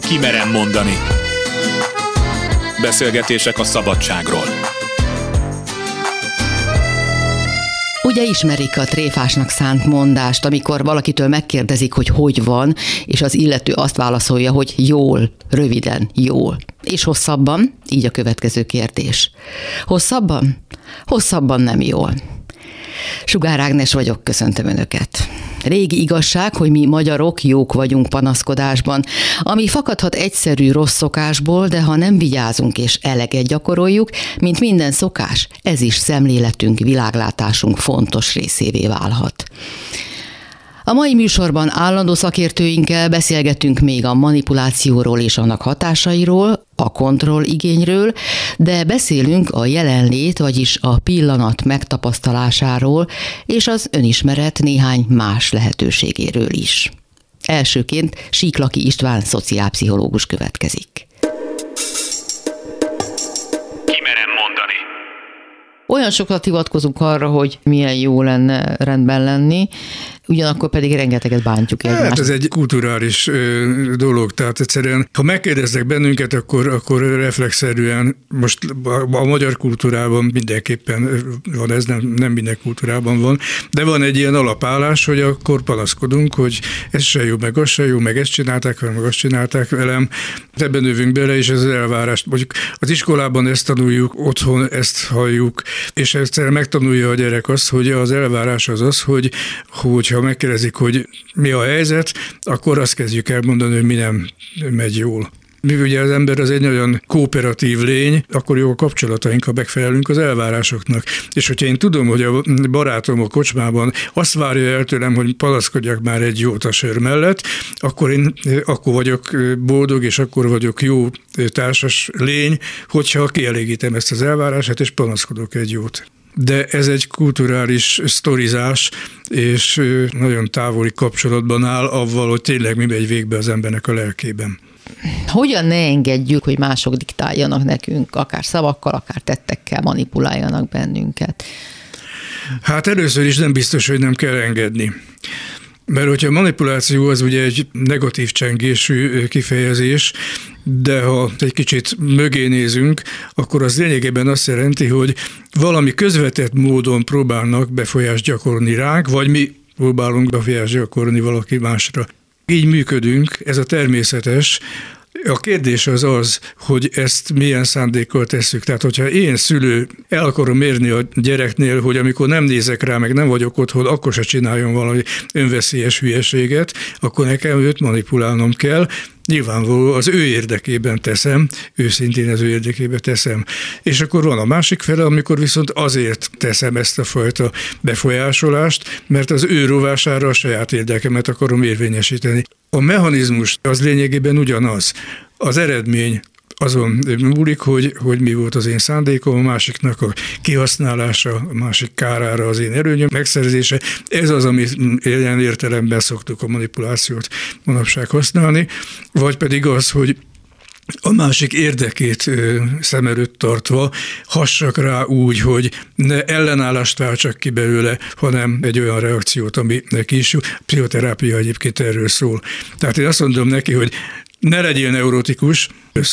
Ki merem mondani. Beszélgetések a szabadságról. Ugye ismerik a tréfásnak szánt mondást, amikor valakitől megkérdezik, hogy van, és az illető azt válaszolja, hogy jól, röviden, jól. És hosszabban? Így a következő kérdés. Hosszabban? Hosszabban nem jól. Sugár Ágnes vagyok, köszöntöm Önöket. Régi igazság, hogy mi magyarok jók vagyunk panaszkodásban, ami fakadhat egyszerű rossz szokásból, de ha nem vigyázunk és eleget gyakoroljuk, mint minden szokás, ez is szemléletünk, világlátásunk fontos részévé válhat. A mai műsorban állandó szakértőinkkel beszélgetünk még a manipulációról és annak hatásairól, a kontrolligényről, de beszélünk a jelenlét, vagyis a pillanat megtapasztalásáról és az önismeret néhány más lehetőségéről is. Elsőként Síklaki István szociálpszichológus következik. Ki merem mondani. Olyan sokat hivatkozunk arra, hogy milyen jó lenne rendben lenni, ugyanakkor pedig rengeteget bántjuk egymást. Hát ez egy kulturális dolog, tehát egyszerűen, ha megkérdeznek bennünket, akkor reflexzerűen, most a magyar kultúrában mindenképpen van ez, nem minden kultúrában van, de van egy ilyen alapállás, hogy akkor panaszkodunk, hogy ez se jó, meg az se jó, meg ezt csinálták velem, meg azt csinálták velem. Ebben növünk bele, és ez az elvárás. Mondjuk az iskolában ezt tanuljuk, otthon ezt halljuk, és egyszerűen megtanulja a gyerek azt, hogy az elvárás az, hogy ha megkérdezik, hogy mi a helyzet, akkor azt kezdjük el mondani, hogy mi nem megy jól. Mi ugye az ember az egy nagyon kooperatív lény, akkor jó a kapcsolataink, ha megfelelünk az elvárásoknak. És hogyha én tudom, hogy a barátom a kocsmában azt várja el tőlem, hogy panaszkodjak már egy jót a sör mellett, akkor vagyok boldog, és akkor vagyok jó társas lény, hogyha kielégítem ezt az elvárását, és panaszkodok egy jót. De ez egy kulturális sztorizás, és nagyon távoli kapcsolatban áll avval, hogy tényleg mi megy végbe az embernek a lelkében. Hogyan ne engedjük, hogy mások diktáljanak nekünk, akár szavakkal, akár tettekkel manipuláljanak bennünket? Hát először is nem biztos, hogy nem kell engedni. Mert hogyha a manipuláció az ugye egy negatív csengésű kifejezés, de ha egy kicsit mögé nézünk, akkor az lényegében azt jelenti, hogy valami közvetett módon próbálnak befolyást gyakorolni ránk, vagy mi próbálunk befolyást gyakorolni valaki másra. Így működünk, ez a természetes. A kérdés az, hogy ezt milyen szándékkal tesszük. Tehát, hogyha én szülő el akarom érni a gyereknél, hogy amikor nem nézek rá, meg nem vagyok otthon, akkor se csináljon valami önveszélyes hülyeséget, akkor nekem őt manipulálnom kell. Nyilvánvaló az ő érdekében teszem, őszintén az ő érdekében teszem. És akkor van a másik fele, amikor viszont azért teszem ezt a fajta befolyásolást, mert az ő rovására a saját érdekemet akarom érvényesíteni. A mechanizmus az lényegében ugyanaz. Az eredmény azon múlik, hogy mi volt az én szándékom, a másiknak a kihasználása, a másik kárára az én erőnyöm megszerzése. Ez az, amit ilyen értelemben szoktuk a manipulációt manapság használni, vagy pedig az, hogy a másik érdekét szem előtt tartva hassak rá úgy, hogy ne ellenállást váltsak ki belőle, hanem egy olyan reakciót, ami neki is jó. A pszichoterápia egyébként erről szól. Tehát én azt mondom neki, hogy ne legyél neurotikus,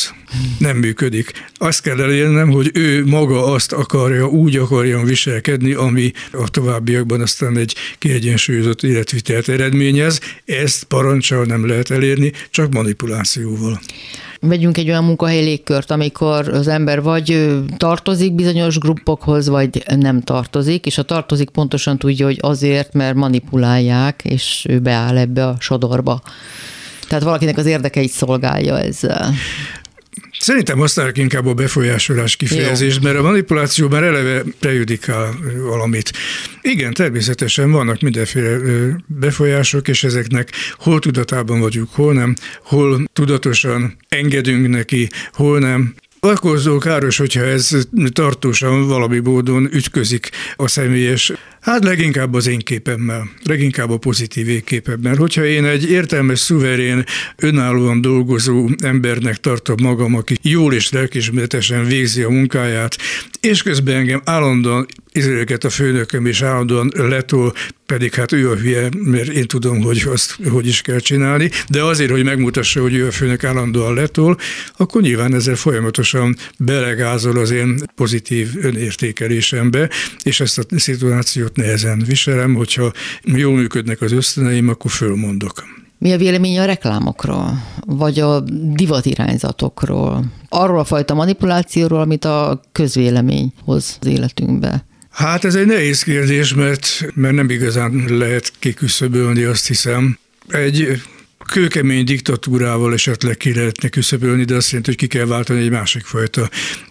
nem működik. Azt kell elérnem, hogy ő maga azt akarja, úgy akarjon viselkedni, ami a továbbiakban aztán egy kiegyensúlyozott életvitelt eredményez. Ezt parancsal nem lehet elérni, csak manipulációval. Vegyünk egy olyan munkahelyi légkört, amikor az ember vagy tartozik bizonyos gruppokhoz, vagy nem tartozik, és a tartozik pontosan tudja, hogy azért, mert manipulálják, és ő beáll ebbe a sodorba. Tehát valakinek az érdekeit szolgálja ezzel. Szerintem használják inkább a befolyásolás kifejezést, mert a manipuláció már eleve prejudikál valamit. Igen, természetesen vannak mindenféle befolyások, és ezeknek hol tudatában vagyunk, hol nem, hol tudatosan engedünk neki, hol nem. Akkor káros, hogyha ez tartósan valami módon ütközik a személyes Hát leginkább az én képemmel, leginkább a pozitív képemmel. Hogyha én egy értelmes, szuverén, önállóan dolgozó embernek tartom magam, aki jól és lelkiismeretesen végzi a munkáját, és közben engem állandóan izéleket a főnököm, és állandóan letol, pedig hát ő a hülye, mert én tudom, hogy azt hogy is kell csinálni, de azért, hogy megmutassa, hogy ő a főnök állandóan letol, akkor nyilván ezzel folyamatosan belegázol az én pozitív önértékelésembe, és ezt a szituációt nehezen viselem, hogyha jól működnek az ösztöneim, akkor fölmondok. Mi a vélemény a reklámokról, vagy a divatirányzatokról, arról a fajta manipulációról, amit a közvélemény hoz az életünkbe? Hát ez egy nehéz kérdés, mert nem igazán lehet kiküszöbölni, azt hiszem. Egy kőkemény diktatúrával esetleg ki lehetne küszöbölni, de azt jelenti, hogy ki kell váltani egy másik fajta.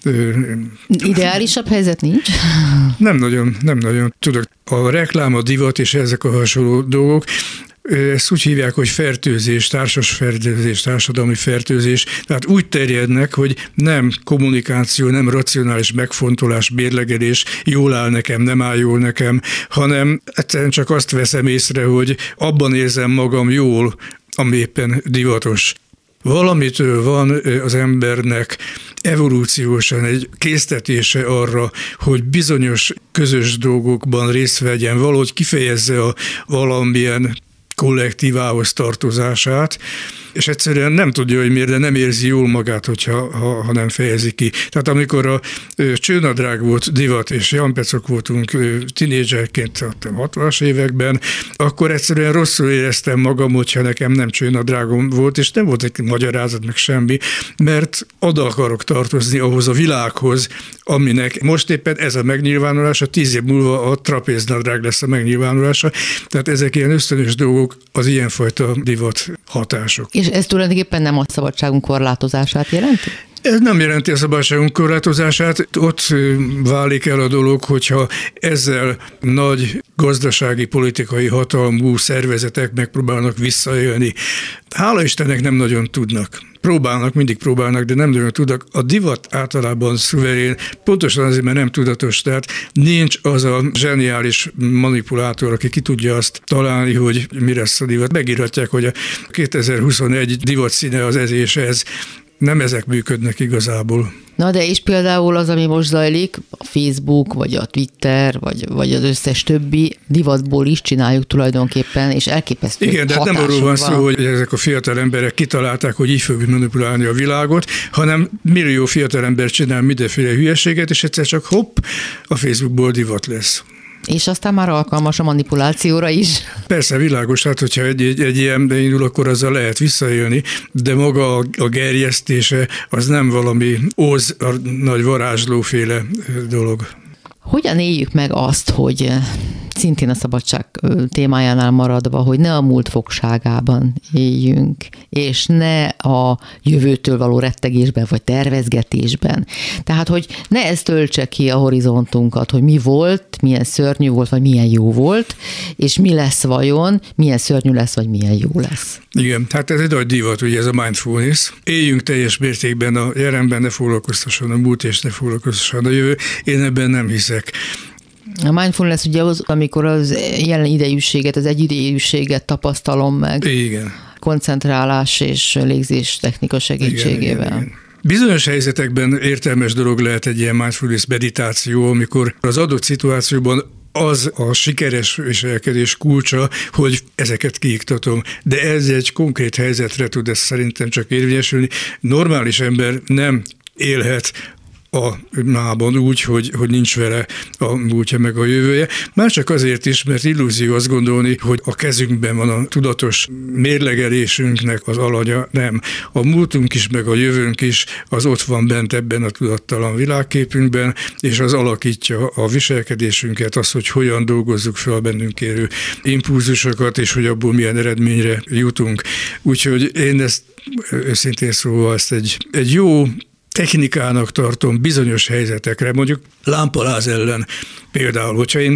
Ideálisabb helyzet nincs? Nem nagyon tudok. A reklám, a divat és ezek a hasonló dolgok, ezt úgy hívják, hogy fertőzés, társas fertőzés, társadalmi fertőzés, tehát úgy terjednek, hogy nem kommunikáció, nem racionális megfontolás, mérlegelés, jól áll nekem, nem áll jól nekem, hanem egyszerűen csak azt veszem észre, hogy abban érzem magam jól, ami éppen divatos. Valamitől van az embernek evolúciósan egy késztetése arra, hogy bizonyos közös dolgokban részt vegyen, valahogy kifejezze a valamilyen kollektívához tartozását, és egyszerűen nem tudja, hogy miért, de nem érzi jól magát, ha nem fejezi ki. Tehát amikor a csőnadrág volt divat, és Janpecok voltunk tinédzserként a 60-as években, akkor egyszerűen rosszul éreztem magam, hogyha nekem nem csőnadrágom volt, és nem volt egy magyarázat, meg semmi, mert oda akarok tartozni ahhoz a világhoz, aminek most éppen ez a megnyilvánulása, 10 év múlva a trapéznadrág lesz a megnyilvánulása. Tehát ezek ilyen ösztönös dolgok, az ilyenfajta divat hatások. És ez tulajdonképpen nem a szabadságunk korlátozását jelenti? Ez nem jelenti a szabadságunk korlátozását, ott válik el a dolog, hogyha ezzel nagy gazdasági, politikai hatalmú szervezetek megpróbálnak visszaélni. Hála Istennek nem nagyon tudnak. Mindig próbálnak, de nem nagyon tudnak. A divat általában szuverén, pontosan azért, mert nem tudatos, tehát nincs az a zseniális manipulátor, aki ki tudja azt találni, hogy mi lesz a divat. Megírhatják, hogy a 2021 divat színe az ez és ez. Nem ezek működnek igazából. Na de és például az, ami most zajlik, a Facebook, vagy a Twitter, vagy az összes többi divatból is csináljuk tulajdonképpen, és elképesztő. Igen, de nem arról van szó, hogy ezek a fiatal emberek kitalálták, hogy így fogjuk manipulálni a világot, hanem millió fiatal ember csinál mindenféle hülyeséget, és egyszer csak hopp, a Facebookból divat lesz. És aztán már alkalmas a manipulációra is. Persze, világos, hát hogyha egy ilyen beindul, akkor azzal lehet visszaélni, de maga a gerjesztése az nem valami nagy varázslóféle dolog. Hogyan éljük meg azt, hogy szintén a szabadság témájánál maradva, hogy ne a múlt fogságában éljünk, és ne a jövőtől való rettegésben, vagy tervezgetésben. Tehát, hogy ne ez töltse ki a horizontunkat, hogy mi volt, milyen szörnyű volt, vagy milyen jó volt, és mi lesz vajon, milyen szörnyű lesz, vagy milyen jó lesz. Igen, hát ez egy nagy divat, ugye ez a mindfulness. Éljünk teljes mértékben a jelenben, ne foglalkoztasson a múlt, és ne foglalkoztasson a jövő. Én ebben nem hiszek. A mindfulness ugye az, amikor az jelen idejűséget, az egyidejűséget tapasztalom meg. Igen. Koncentrálás és légzés technika segítségével. Igen. Bizonyos helyzetekben értelmes dolog lehet egy ilyen mindfulness meditáció, amikor az adott szituációban az a sikeres viselkedés kulcsa, hogy ezeket kiiktatom. De ez egy konkrét helyzetre tud ez szerintem csak érvényesülni. Normális ember nem élhet a mában úgy, hogy nincs vele a múltja meg a jövője. Már csak azért is, mert illúzió azt gondolni, hogy a kezünkben van a tudatos mérlegelésünknek az alanya. Nem. A múltunk is, meg a jövőnk is, az ott van bent ebben a tudattalan világképünkben, és az alakítja a viselkedésünket, az, hogy hogyan dolgozzuk fel bennünk érő impulzusokat, és hogy abból milyen eredményre jutunk. Úgyhogy én ezt őszintén szóval ezt egy jó technikának tartom bizonyos helyzetekre, mondjuk lámpaláz ellen. Például, hogyha én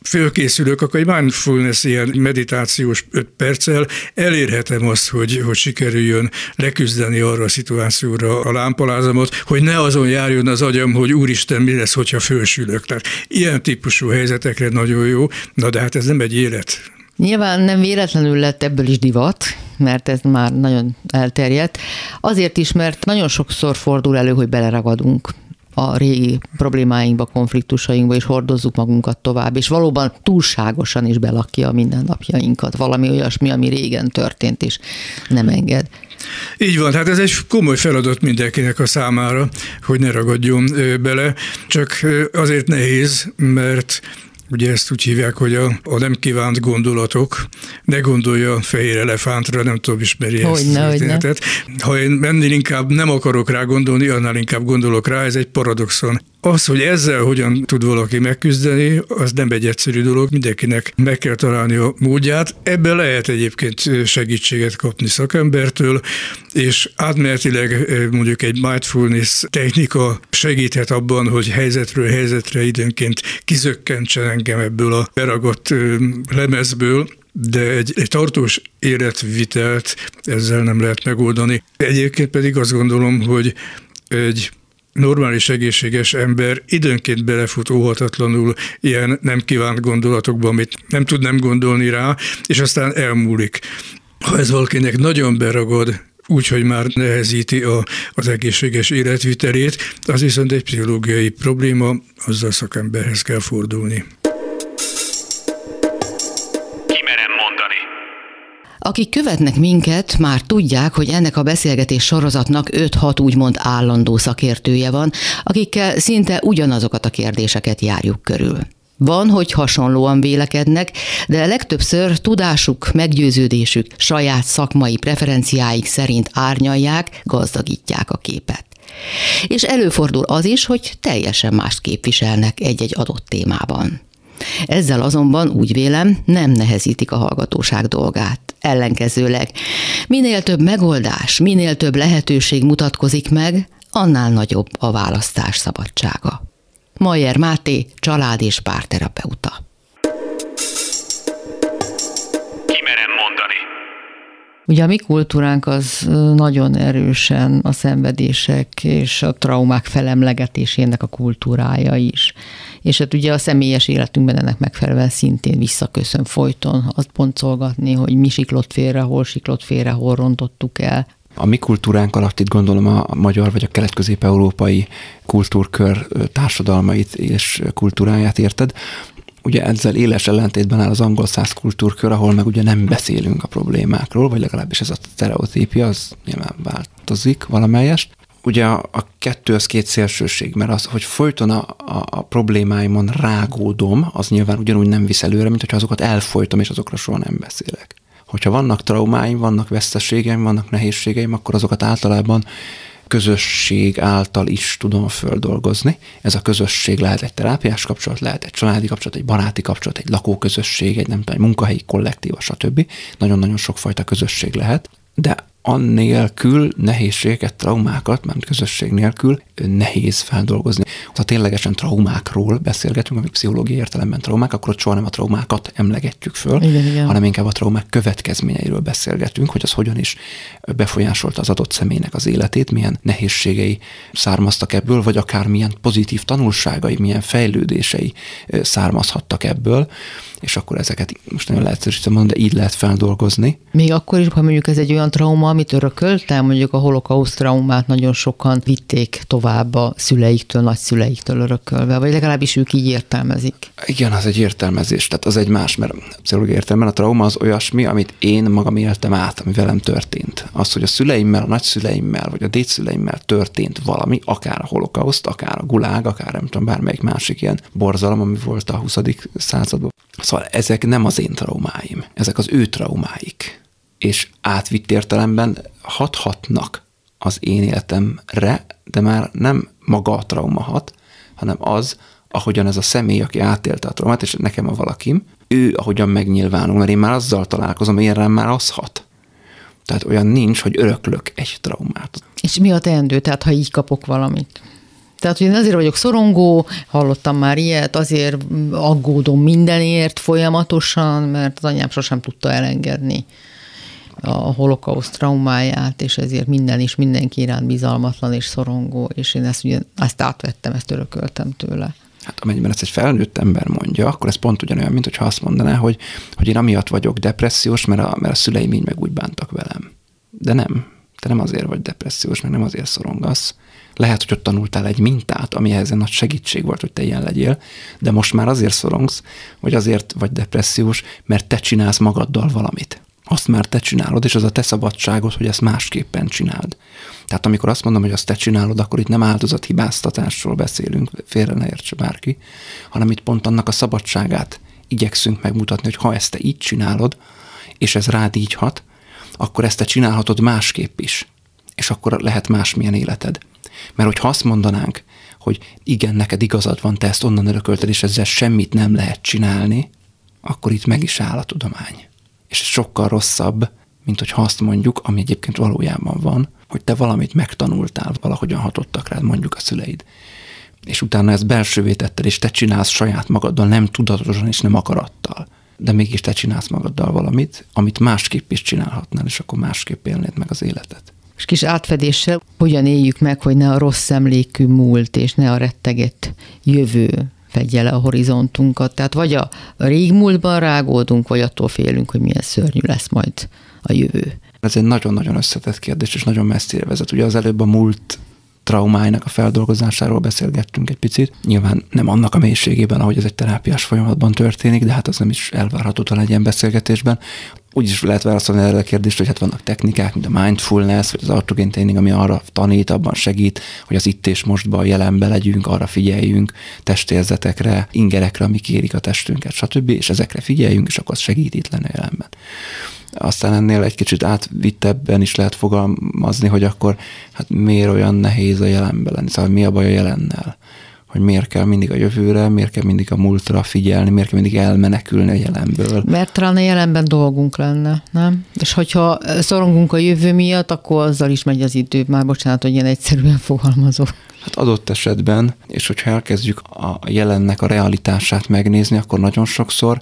fölkészülök, akkor egy mindfulness ilyen meditációs 5 perccel elérhetem azt, hogy sikerüljön leküzdeni arra a szituációra a lámpalázamat, hogy ne azon járjon az agyam, hogy úristen, mi lesz, hogyha fölsülök. Tehát ilyen típusú helyzetekre nagyon jó, na de hát ez nem egy élet. Nyilván nem véletlenül lett ebből is divat, mert ez már nagyon elterjedt. Azért is, mert nagyon sokszor fordul elő, hogy beleragadunk a régi problémáinkba, konfliktusainkba, és hordozzuk magunkat tovább, és valóban túlságosan is belakja a mindennapjainkat. Valami olyasmi, ami régen történt, és nem enged. Így van, hát ez egy komoly feladat mindenkinek a számára, hogy ne ragadjon bele, csak azért nehéz, mert ugye ezt úgy hívják, hogy a nem kívánt gondolatok, ne gondolja a fehér elefántra, nem tudom, ismeri ezt a történetet. Ha én ennél inkább nem akarok rá gondolni, annál inkább gondolok rá, ez egy paradoxon. Az, hogy ezzel hogyan tud valaki megküzdeni, az nem egy egyszerű dolog, mindenkinek meg kell találni a módját. Ebben lehet egyébként segítséget kapni szakembertől, és átmenetileg mondjuk egy mindfulness technika segíthet abban, hogy helyzetről helyzetre időnként kizökkentsen engem ebből a beragadt lemezből, de egy tartós életvitelt ezzel nem lehet megoldani. Egyébként pedig azt gondolom, hogy egy normális, egészséges ember időnként belefut óhatatlanul ilyen nem kívánt gondolatokba, amit nem tud nem gondolni rá, és aztán elmúlik. Ha ez valakinek nagyon beragad, úgyhogy már nehezíti az egészséges életvitelét, az viszont egy pszichológiai probléma, azzal szakemberhez kell fordulni. Akik követnek minket, már tudják, hogy ennek a beszélgetés sorozatnak 5-6 úgymond állandó szakértője van, akikkel szinte ugyanazokat a kérdéseket járjuk körül. Van, hogy hasonlóan vélekednek, de legtöbbször tudásuk, meggyőződésük, saját szakmai preferenciáik szerint árnyalják, gazdagítják a képet. És előfordul az is, hogy teljesen mást képviselnek egy-egy adott témában. Ezzel azonban úgy vélem, nem nehezítik a hallgatóság dolgát. Ellenkezőleg, minél több megoldás, minél több lehetőség mutatkozik meg, annál nagyobb a választás szabadsága. Mayer Máté, család- és párterapeuta. Kimerem mondani. Ugye a mi kultúránk az nagyon erősen a szenvedések és a traumák felemlegetésének a kultúrája is. És hát ugye a személyes életünkben ennek megfelelően szintén visszaköszön folyton azt boncolgatni, hogy mi siklott félre, hol rontottuk el. A mi kultúránk alatt itt gondolom a magyar vagy a kelet-közép-európai kultúrkör társadalmait és kultúráját érted. Ugye ezzel éles ellentétben áll az angol-szász kultúrkör, ahol meg ugye nem beszélünk a problémákról, vagy legalábbis ez a sztereotípia, az nyilván változik valamelyest. Ugye a kettő az két szélsőség, mert az, hogy folyton a problémáimon rágódom, az nyilván ugyanúgy nem visz előre, mint hogyha azokat elfolytom, és azokra soha nem beszélek. Hogyha vannak traumáim, vannak veszteségeim, vannak nehézségeim, akkor azokat általában közösség által is tudom földolgozni. Ez a közösség lehet egy terápiás kapcsolat, lehet egy családi kapcsolat, egy baráti kapcsolat, egy lakóközösség, egy munkahelyi kollektíva, stb. Nagyon-nagyon sokfajta közösség lehet, de annélkül nehézségeket, traumákat, mert közösség nélkül nehéz feldolgozni. Ha ténylegesen traumákról beszélgetünk, amik pszichológiai értelemben traumák, akkor ott soha nem a traumákat emlegetjük föl, igen. Hanem inkább a traumák következményeiről beszélgetünk, hogy az hogyan is befolyásolta az adott személynek az életét, milyen nehézségei származtak ebből, vagy akár milyen pozitív tanulságai, milyen fejlődései származhattak ebből, és akkor ezeket most nagyon leegyszerűsítve mondom, de így lehet feldolgozni. Még akkor is, ha mondjuk ez egy olyan trauma, amit örököltem, mondjuk a holokauszt traumát nagyon sokan vitték tovább a szüleiktől, nagyszüleiktől örökölve, vagy legalábbis ők így értelmezik. Igen, az egy értelmezés, tehát az egy más, mert pszichológiai értelemben a trauma az olyasmi, amit én magam éltem át, ami velem történt. Az, hogy a szüleimmel, a nagyszüleimmel, vagy a dédszüleimmel történt valami, akár a holokauszt, akár a gulág, akár nem tudom, bármelyik másik ilyen borzalom, ami volt a 20. században. Szóval ezek nem az én traumáim, ezek az ő traumáik. És átvitt értelemben hathatnak az én életemre, de már nem maga a trauma hat, hanem az, ahogyan ez a személy, aki átélte a traumát, és nekem a valakim, ő ahogyan megnyilvánul, mert én már azzal találkozom, én rám már az hat. Tehát olyan nincs, hogy öröklök egy traumát. És mi a teendő, tehát ha így kapok valamit? Tehát, hogy én azért vagyok szorongó, hallottam már ilyet, azért aggódom mindenért folyamatosan, mert az anyám sosem tudta elengedni a holokauszt traumáját, és ezért minden is mindenki iránt bizalmatlan és szorongó, és én ezt átvettem, ezt örököltem tőle. Hát amennyiben ezt egy felnőtt ember mondja, akkor ez pont ugyanolyan, mint hogyha azt mondaná, hogy én amiatt vagyok depressziós, mert a szüleim így meg úgy bántak velem. De nem. Te nem azért vagy depressziós, meg nem azért szorongasz. Lehet, hogy ott tanultál egy mintát, ami ehhez nagy segítség volt, hogy te ilyen legyél, de most már azért szorongsz, vagy azért vagy depressziós, mert te csinálsz magaddal valamit. Azt már te csinálod, és az a te szabadságod, hogy ezt másképpen csináld. Tehát amikor azt mondom, hogy azt te csinálod, akkor itt nem áldozathibáztatásról beszélünk, félre ne értse bárki, hanem itt pont annak a szabadságát igyekszünk megmutatni, hogy ha ezt te így csinálod, és ez rád így hat, akkor ezt te csinálhatod másképp is, és akkor lehet másmilyen életed. Mert hogyha azt mondanánk, hogy igen, neked igazad van, te ezt onnan örökölted, és ezzel semmit nem lehet csinálni, akkor itt meg is áll a tudomány. És ez sokkal rosszabb, mint hogyha azt mondjuk, ami egyébként valójában van, hogy te valamit megtanultál, valahogyan hatottak rád, mondjuk a szüleid. És utána ezt belsővé tetted, és te csinálsz saját magaddal, nem tudatosan és nem akarattal. De mégis te csinálsz magaddal valamit, amit másképp is csinálhatnál, és akkor másképp élnéd meg az életet. És kis átfedéssel hogyan éljük meg, hogy ne a rossz emlékű múlt, és ne a rettegett jövő fedje le a horizontunkat. Tehát vagy a régmúltban rágódunk, vagy attól félünk, hogy milyen szörnyű lesz majd a jövő. Ez egy nagyon-nagyon összetett kérdés, és nagyon messzire vezet. Ugye az előbb a múlt traumáinak a feldolgozásáról beszélgettünk egy picit. Nyilván nem annak a mélységében, ahogy ez egy terápiás folyamatban történik, de hát az nem is elvárható talán egy ilyen beszélgetésben. Úgy is lehet válaszolni erre a kérdést, hogy hát vannak technikák, mint a mindfulness, vagy az autogén training, ami arra tanít, abban segít, hogy az itt és mostban, a jelenben legyünk, arra figyeljünk, testérzetekre, ingerekre, amik érik a testünket, stb. És ezekre figyeljünk, és akkor az segít itt lenni a jelenben. Aztán ennél egy kicsit átvittebben is lehet fogalmazni, hogy akkor hát miért olyan nehéz a jelenben lenni, szóval mi a baj a jelennel, hogy miért kell mindig a jövőre, miért kell mindig a múltra figyelni, miért kell mindig elmenekülni a jelenből. Mert talán a jelenben dolgunk lenne, nem? És hogyha szorongunk a jövő miatt, akkor azzal is megy az idő. Már bocsánat, hogy ilyen egyszerűen fogalmazok. Hát adott esetben, és hogyha elkezdjük a jelennek a realitását megnézni, akkor nagyon sokszor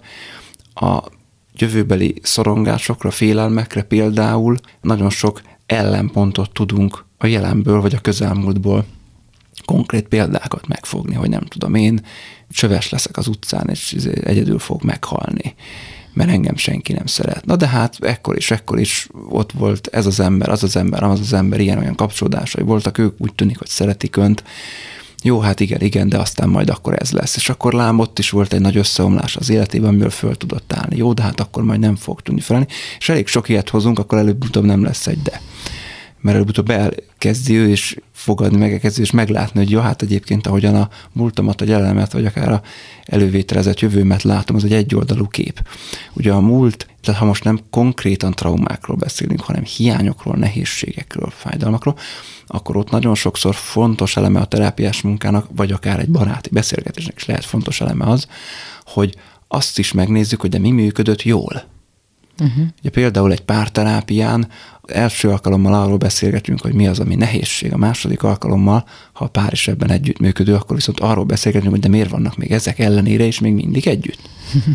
a jövőbeli szorongásokra, félelmekre például nagyon sok ellenpontot tudunk a jelenből vagy a közelmúltból konkrét példákat megfogni, hogy nem tudom, én csöves leszek az utcán, és egyedül fog meghalni, mert engem senki nem szeret. Na de hát ekkor is ott volt ez az ember, az az ember, ilyen-olyan kapcsolódásai voltak, ők úgy tűnik, hogy szeretik önt. Jó, hát igen, de aztán majd akkor ez lesz. És akkor lám ott is volt egy nagy összeomlás az életében, amiből föl tudott állni. Jó, de hát akkor majd nem fog tudni felállni. És elég sok ilyet hozunk, akkor előbb-utóbb nem lesz egy de. Mert előbb-utóbb elkezdi ő is fogadni, megkezdi és meglátni, hogy jó, hát egyébként ahogyan a múltamat, a jelenemet, vagy akár a elővételezett jövőmet látom, az egy egyoldalú kép. Ugye a múlt, tehát ha most nem konkrétan traumákról beszélünk, hanem hiányokról, nehézségekről, fájdalmakról, akkor ott nagyon sokszor fontos eleme a terápiás munkának, vagy akár egy baráti beszélgetésnek is lehet fontos eleme az, hogy azt is megnézzük, hogy de mi működött jól. Ugye például egy párterápián első alkalommal arról beszélgetünk, hogy mi az, ami nehézség. A második alkalommal, ha a pár is ebben együttműködő, akkor viszont arról beszélgetünk, hogy de miért vannak még ezek ellenére is még mindig együtt.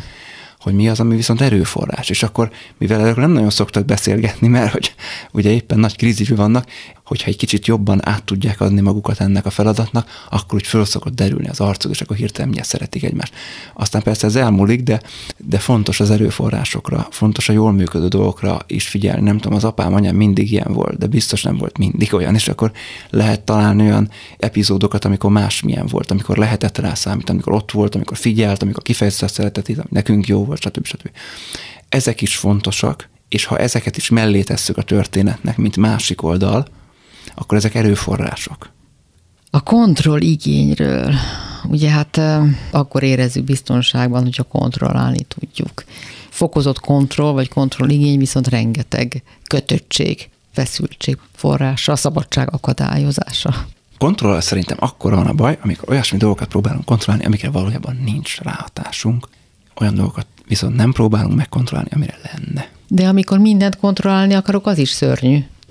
Hogy mi az, ami viszont erőforrás. És akkor, mivel erről nem nagyon szoktak beszélgetni, mert hogy ugye éppen nagy krízisben vannak, hogyha egy kicsit jobban át tudják adni magukat ennek a feladatnak, akkor úgy föl szokott derülni az arcod, és akkor hirtelen mindjárt szeretik egymást. Aztán persze ez elmúlik, de fontos az erőforrásokra, fontos a jól működő dolgokra is figyelni. Nem tudom, az apám, anyám mindig ilyen volt, de biztos nem volt mindig olyan, és akkor lehet találni olyan epizódokat, amikor másmilyen volt, amikor lehetett rá számítani, amikor ott volt, amikor figyelt, amikor kifejezte a szeretetét, ami nekünk jó volt, stb. Ezek is fontosak, és ha ezeket is mellé tesszük a történetnek, mint másik oldal, akkor ezek erőforrások. A kontrolligényről. Ugye hát akkor érezzük biztonságban, hogyha kontrollálni tudjuk. Fokozott kontroll vagy kontrolligény viszont rengeteg kötöttség, feszültség forrása, szabadság akadályozása. Kontrollal szerintem akkor van a baj, amikor olyasmi dolgokat próbálunk kontrollálni, amikre valójában nincs ráhatásunk. Olyan dolgokat viszont nem próbálunk megkontrollálni, amire lenne. De amikor mindent kontrollálni akarok, az is szörnyű.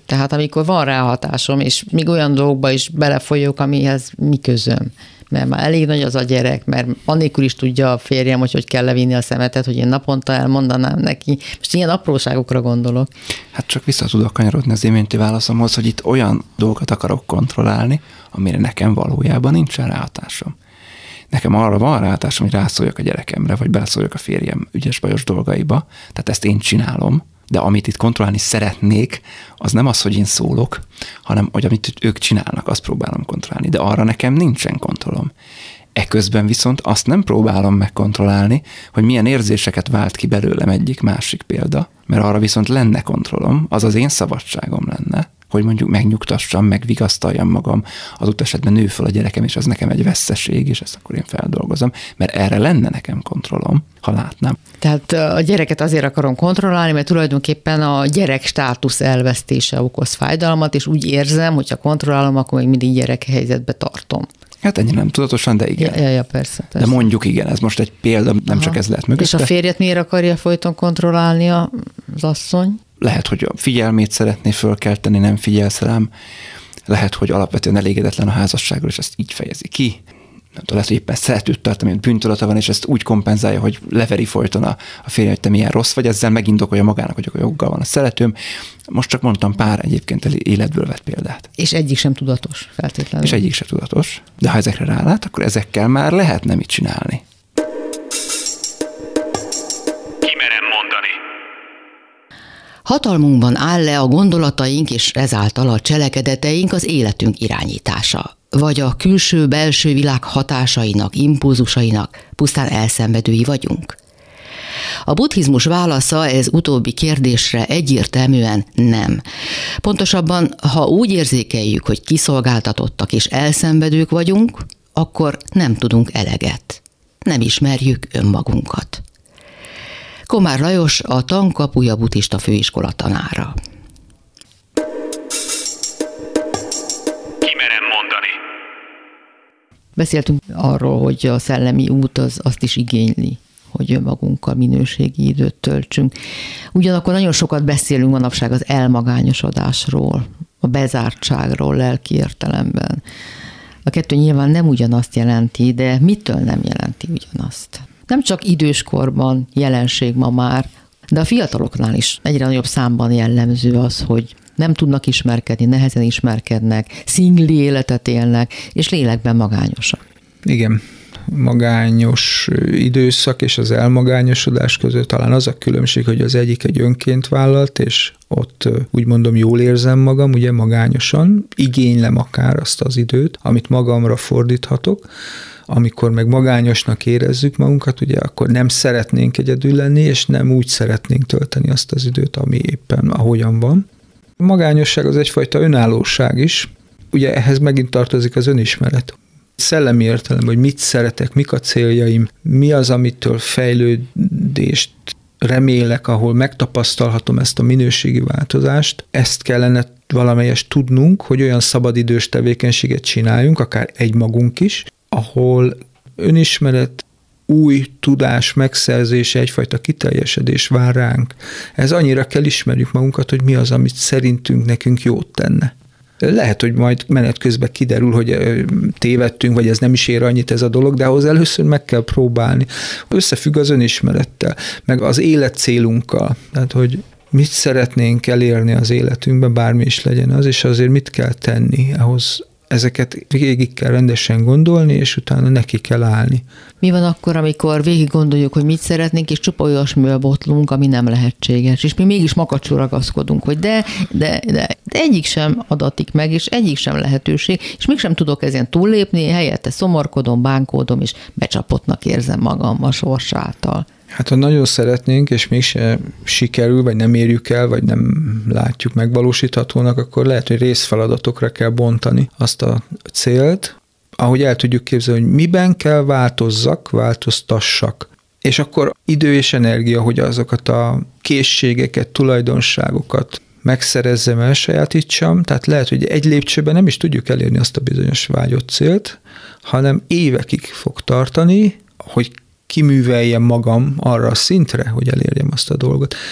Tehát amikor van ráhatásom, és még olyan dolgokba is belefolyok, amihez mi közöm. Mert már elég nagy az a gyerek, mert annélkül is tudja a férjem, hogy kell levinni a szemetet, hogy én naponta elmondanám neki. Most ilyen apróságokra gondolok. Hát csak vissza tudok kanyarodni az iménti válaszomhoz, hogy itt olyan dolgokat akarok kontrollálni, amire nekem valójában nincsen ráhatásom. Nekem arra van ráhatásom, hogy rászóljak a gyerekemre, vagy beleszóljak a férjem ügyes-bajos dolgaiba, tehát ezt én csinálom, de amit itt kontrollálni szeretnék, az nem az, hogy én szólok, hanem hogy amit ők csinálnak, azt próbálom kontrollálni, de arra nekem nincsen kontrollom. Eközben viszont azt nem próbálom megkontrollálni, hogy milyen érzéseket vált ki belőlem egyik-másik példa, mert arra viszont lenne kontrollom, az az én szabadságom lenne, hogy mondjuk megnyugtassam, megvigasztaljam magam, adott esetben nő fel a gyerekem, és az nekem egy veszteség, és ezt akkor én feldolgozom, mert erre lenne nekem kontrollom, ha látnám. Tehát a gyereket azért akarom kontrollálni, mert tulajdonképpen a gyerek státusz elvesztése okoz fájdalmat, és úgy érzem, hogyha kontrollálom, akkor még mindig gyerekhelyzetbe tartom. Hát ennyire nem tudatosan, de igen. Ja, persze. De mondjuk igen, ez most egy példa, nem csak ez lehet mögötte. És a férjet miért akarja folyton kontrollálni az asszony? Lehet, hogy a figyelmét szeretné fölkelteni, nem figyelsz rám. Lehet, hogy alapvetően elégedetlen a házasságról, és ezt így fejezi ki. Nem tudom, lehet, hogy éppen szeretőt tart, amilyen bűntudata van, és ezt úgy kompenzálja, hogy leveri folyton a férje, hogy te milyen rossz vagy, ezzel megindokolja magának, hogy akkor joggal van a szeretőm. Most csak mondtam pár egyébként életből vett példát. És egyik sem tudatos feltétlenül. És egyik sem tudatos, de ha ezekre rálát, akkor ezekkel már lehetne mit csinálni. Kimerem mondani. Hatalmunkban áll-e a gondolataink és ezáltal a cselekedeteink az életünk irányítása? Vagy a külső-belső világ hatásainak, impulzusainak pusztán elszenvedői vagyunk? A buddhizmus válasza ez utóbbi kérdésre egyértelműen nem. Pontosabban, ha úgy érzékeljük, hogy kiszolgáltatottak és elszenvedők vagyunk, akkor nem tudunk eleget. Nem ismerjük önmagunkat. Komár Lajos, a Tankapuja buddhista főiskola tanára. Kimerem mondani. Beszéltünk arról, hogy a szellemi út azt is igényli, hogy önmagunkkal minőségi időt töltsünk. Ugyanakkor nagyon sokat beszélünk manapság az elmagányosodásról, a bezártságról lelki értelemben. A kettő nyilván nem ugyanazt jelenti, de mitől nem jelenti ugyanazt? Nem csak időskorban jelenség ma már, de a fiataloknál is egyre nagyobb számban jellemző az, hogy nem tudnak ismerkedni, nehezen ismerkednek, szingli életet élnek, és lélekben magányosak. Igen, magányos időszak és az elmagányosodás között talán az a különbség, hogy az egyik egy önként vállalt, és ott úgy mondom jól érzem magam, ugye magányosan, igénylem akár azt az időt, amit magamra fordíthatok. Amikor meg magányosnak érezzük magunkat, ugye akkor nem szeretnénk egyedül lenni, és nem úgy szeretnénk tölteni azt az időt, ami éppen ahogyan van. A magányosság az egyfajta önállóság is. Ugye ehhez megint tartozik az önismeret. Szellemi értelemben, hogy mit szeretek, mik a céljaim, mi az, amitől fejlődést remélek, ahol megtapasztalhatom ezt a minőségi változást. Ezt kellene valamelyest tudnunk, hogy olyan szabadidős tevékenységet csináljunk, akár egymagunk is, ahol önismeret, új tudás megszerzése, egyfajta kiteljesedés vár ránk. Ez annyira kell ismerjük magunkat, hogy mi az, amit szerintünk nekünk jót tenne. Lehet, hogy majd menet közben kiderül, hogy tévedtünk, vagy ez nem is ér annyit ez a dolog, de ahhoz először meg kell próbálni. Összefügg az önismerettel, meg az életcélunkkal. Tehát, hogy mit szeretnénk elérni az életünkben, bármi is legyen az, és azért mit kell tenni ahhoz. Ezeket végig kell rendesen gondolni, és utána neki kell állni. Mi van akkor, amikor végig gondoljuk, hogy mit szeretnénk, és csupa olyasmivel botlunk, ami nem lehetséges. És mi mégis makacsul ragaszkodunk, hogy de egyik sem adatik meg, és egyik sem lehetőség, és mégsem tudok ezen túllépni, helyette szomorkodom, bánkódom, és becsapottnak érzem magam a sors által. Hát ha nagyon szeretnénk, és mégse sikerül, vagy nem érjük el, vagy nem látjuk megvalósíthatónak, akkor lehet, hogy részfeladatokra kell bontani azt a célt, ahogy el tudjuk képzelni, hogy miben kell változtassak. És akkor idő és energia, hogy azokat a készségeket, tulajdonságokat megszerezzem, elsajátítsam. Tehát lehet, hogy egy lépcsőben nem is tudjuk elérni azt a bizonyos vágyott célt, hanem évekig fog tartani, hogy kiműveljem magam arra a szintre, hogy elérjem azt a dolgot.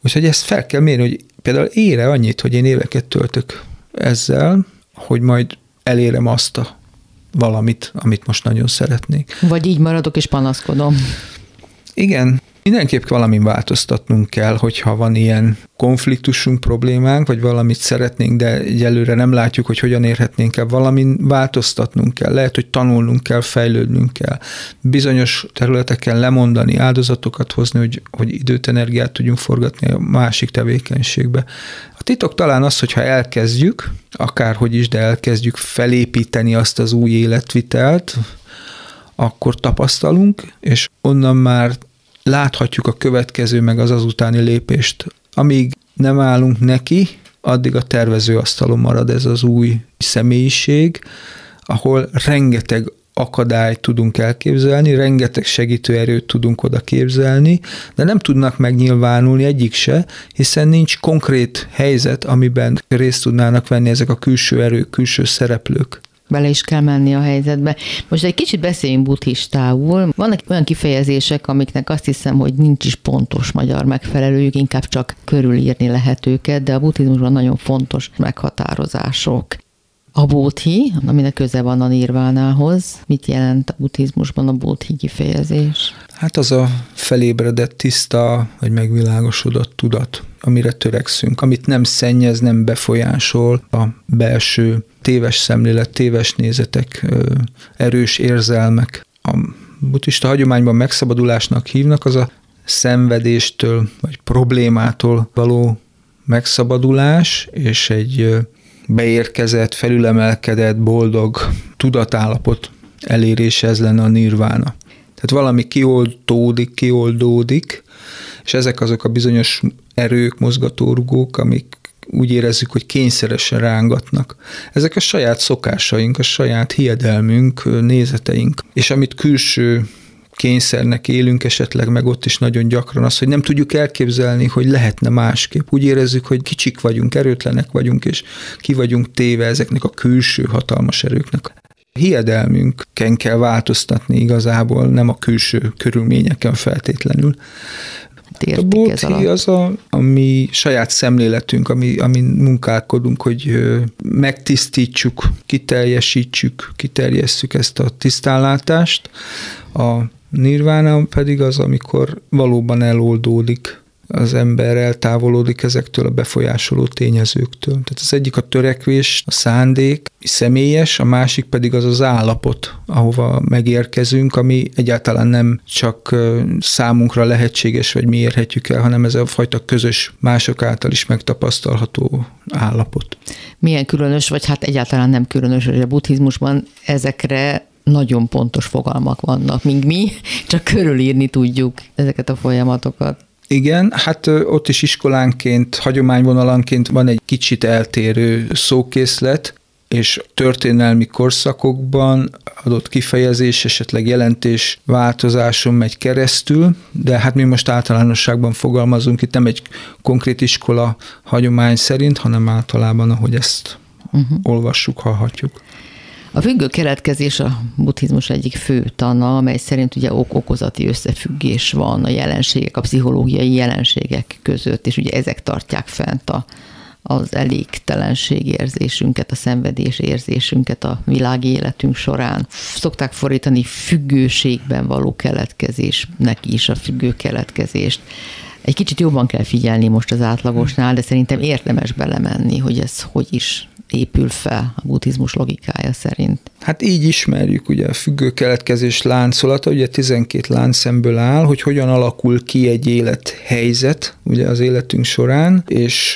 Úgyhogy ezt fel kell mérni, hogy például ére annyit, hogy én éveket töltök ezzel, hogy majd elérem azt a valamit, amit most nagyon szeretnék. Vagy így maradok és panaszkodom. Igen, mindenképp valamin változtatnunk kell, hogyha van ilyen konfliktusunk, problémánk, vagy valamit szeretnénk, de egyelőre nem látjuk, hogy hogyan érhetnénk el, valamin változtatnunk kell. Lehet, hogy tanulnunk kell, fejlődnünk kell. Bizonyos területeken lemondani, áldozatokat hozni, hogy időt, energiát tudjunk forgatni a másik tevékenységbe. A titok talán az, hogyha elkezdjük, akárhogy is, de elkezdjük felépíteni azt az új életvitelt, akkor tapasztalunk, és onnan már láthatjuk a következő, meg az utáni lépést. Amíg nem állunk neki, addig a tervezőasztalon marad ez az új személyiség, ahol rengeteg akadályt tudunk elképzelni, rengeteg segítőerőt tudunk oda képzelni, de nem tudnak megnyilvánulni egyik se, hiszen nincs konkrét helyzet, amiben részt tudnának venni ezek a külső erők, külső szereplők. Bele is kell menni a helyzetbe. Most egy kicsit beszéljünk buddhistául. Vannak olyan kifejezések, amiknek azt hiszem, hogy nincs is pontos magyar megfelelőjük, inkább csak körülírni lehet őket, de a buddhizmusban nagyon fontos meghatározások. A bodhi, aminek köze van a nirvánához. Mit jelent a buddhizmusban a bodhi kifejezés? Hát az a felébredett, tiszta, vagy megvilágosodott tudat, amire törekszünk, amit nem szennyez, nem befolyásol a belső téves szemlélet, téves nézetek, erős érzelmek. A buddhista hagyományban megszabadulásnak hívnak, az a szenvedéstől, vagy problémától való megszabadulás, és egy beérkezett, felülemelkedett, boldog tudatállapot elérése, ez lenne a nirvána. Tehát valami kioldódik, és ezek azok a bizonyos erők, mozgatórugók, amik úgy érezzük, hogy kényszeresen rángatnak. Ezek a saját szokásaink, a saját hiedelmünk, nézeteink, és amit külső kényszernek élünk esetleg, meg ott is nagyon gyakran az, hogy nem tudjuk elképzelni, hogy lehetne másképp. Úgy érezzük, hogy kicsik vagyunk, erőtlenek vagyunk, és ki vagyunk téve ezeknek a külső hatalmas erőknek. Hiedelmünken kell változtatni igazából, nem a külső körülményeken feltétlenül. A bodhi az a mi saját szemléletünk, amin munkálkodunk, hogy megtisztítsuk, kiterjesszük ezt a tisztánlátást. A nirvána pedig az, amikor valóban eloldódik az ember, eltávolodik ezektől a befolyásoló tényezőktől. Tehát az egyik a törekvés, a szándék, személyes, a másik pedig az az állapot, ahova megérkezünk, ami egyáltalán nem csak számunkra lehetséges, vagy mi érhetjük el, hanem ez a fajta közös, mások által is megtapasztalható állapot. Milyen különös, vagy hát egyáltalán nem különös, hogy a buddhizmusban ezekre nagyon pontos fogalmak vannak, míg mi csak körülírni tudjuk ezeket a folyamatokat. Igen, hát ott is iskolánként, hagyományvonalanként van egy kicsit eltérő szókészlet, és történelmi korszakokban adott kifejezés, esetleg jelentés változáson megy keresztül, de hát mi most általánosságban fogalmazunk, itt nem egy konkrét iskola hagyomány szerint, hanem általában, ahogy ezt olvassuk, hallhatjuk. A függő keletkezés a buddhizmus egyik fő tana, amely szerint ugye ok-okozati összefüggés van a jelenségek, a pszichológiai jelenségek között, és ugye ezek tartják fent az elégtelenség érzésünket, a szenvedés érzésünket a világi életünk során. Szokták fordítani függőségben való keletkezésnek is a függő keletkezést. Egy kicsit jobban kell figyelni most az átlagosnál, de szerintem érdemes belemenni, hogy ez hogy is épül fel a buddhizmus logikája szerint. Hát így ismerjük ugye a függő keletkezés láncolata, ugye 12 láncszemből áll, hogy hogyan alakul ki egy élethelyzet ugye az életünk során, és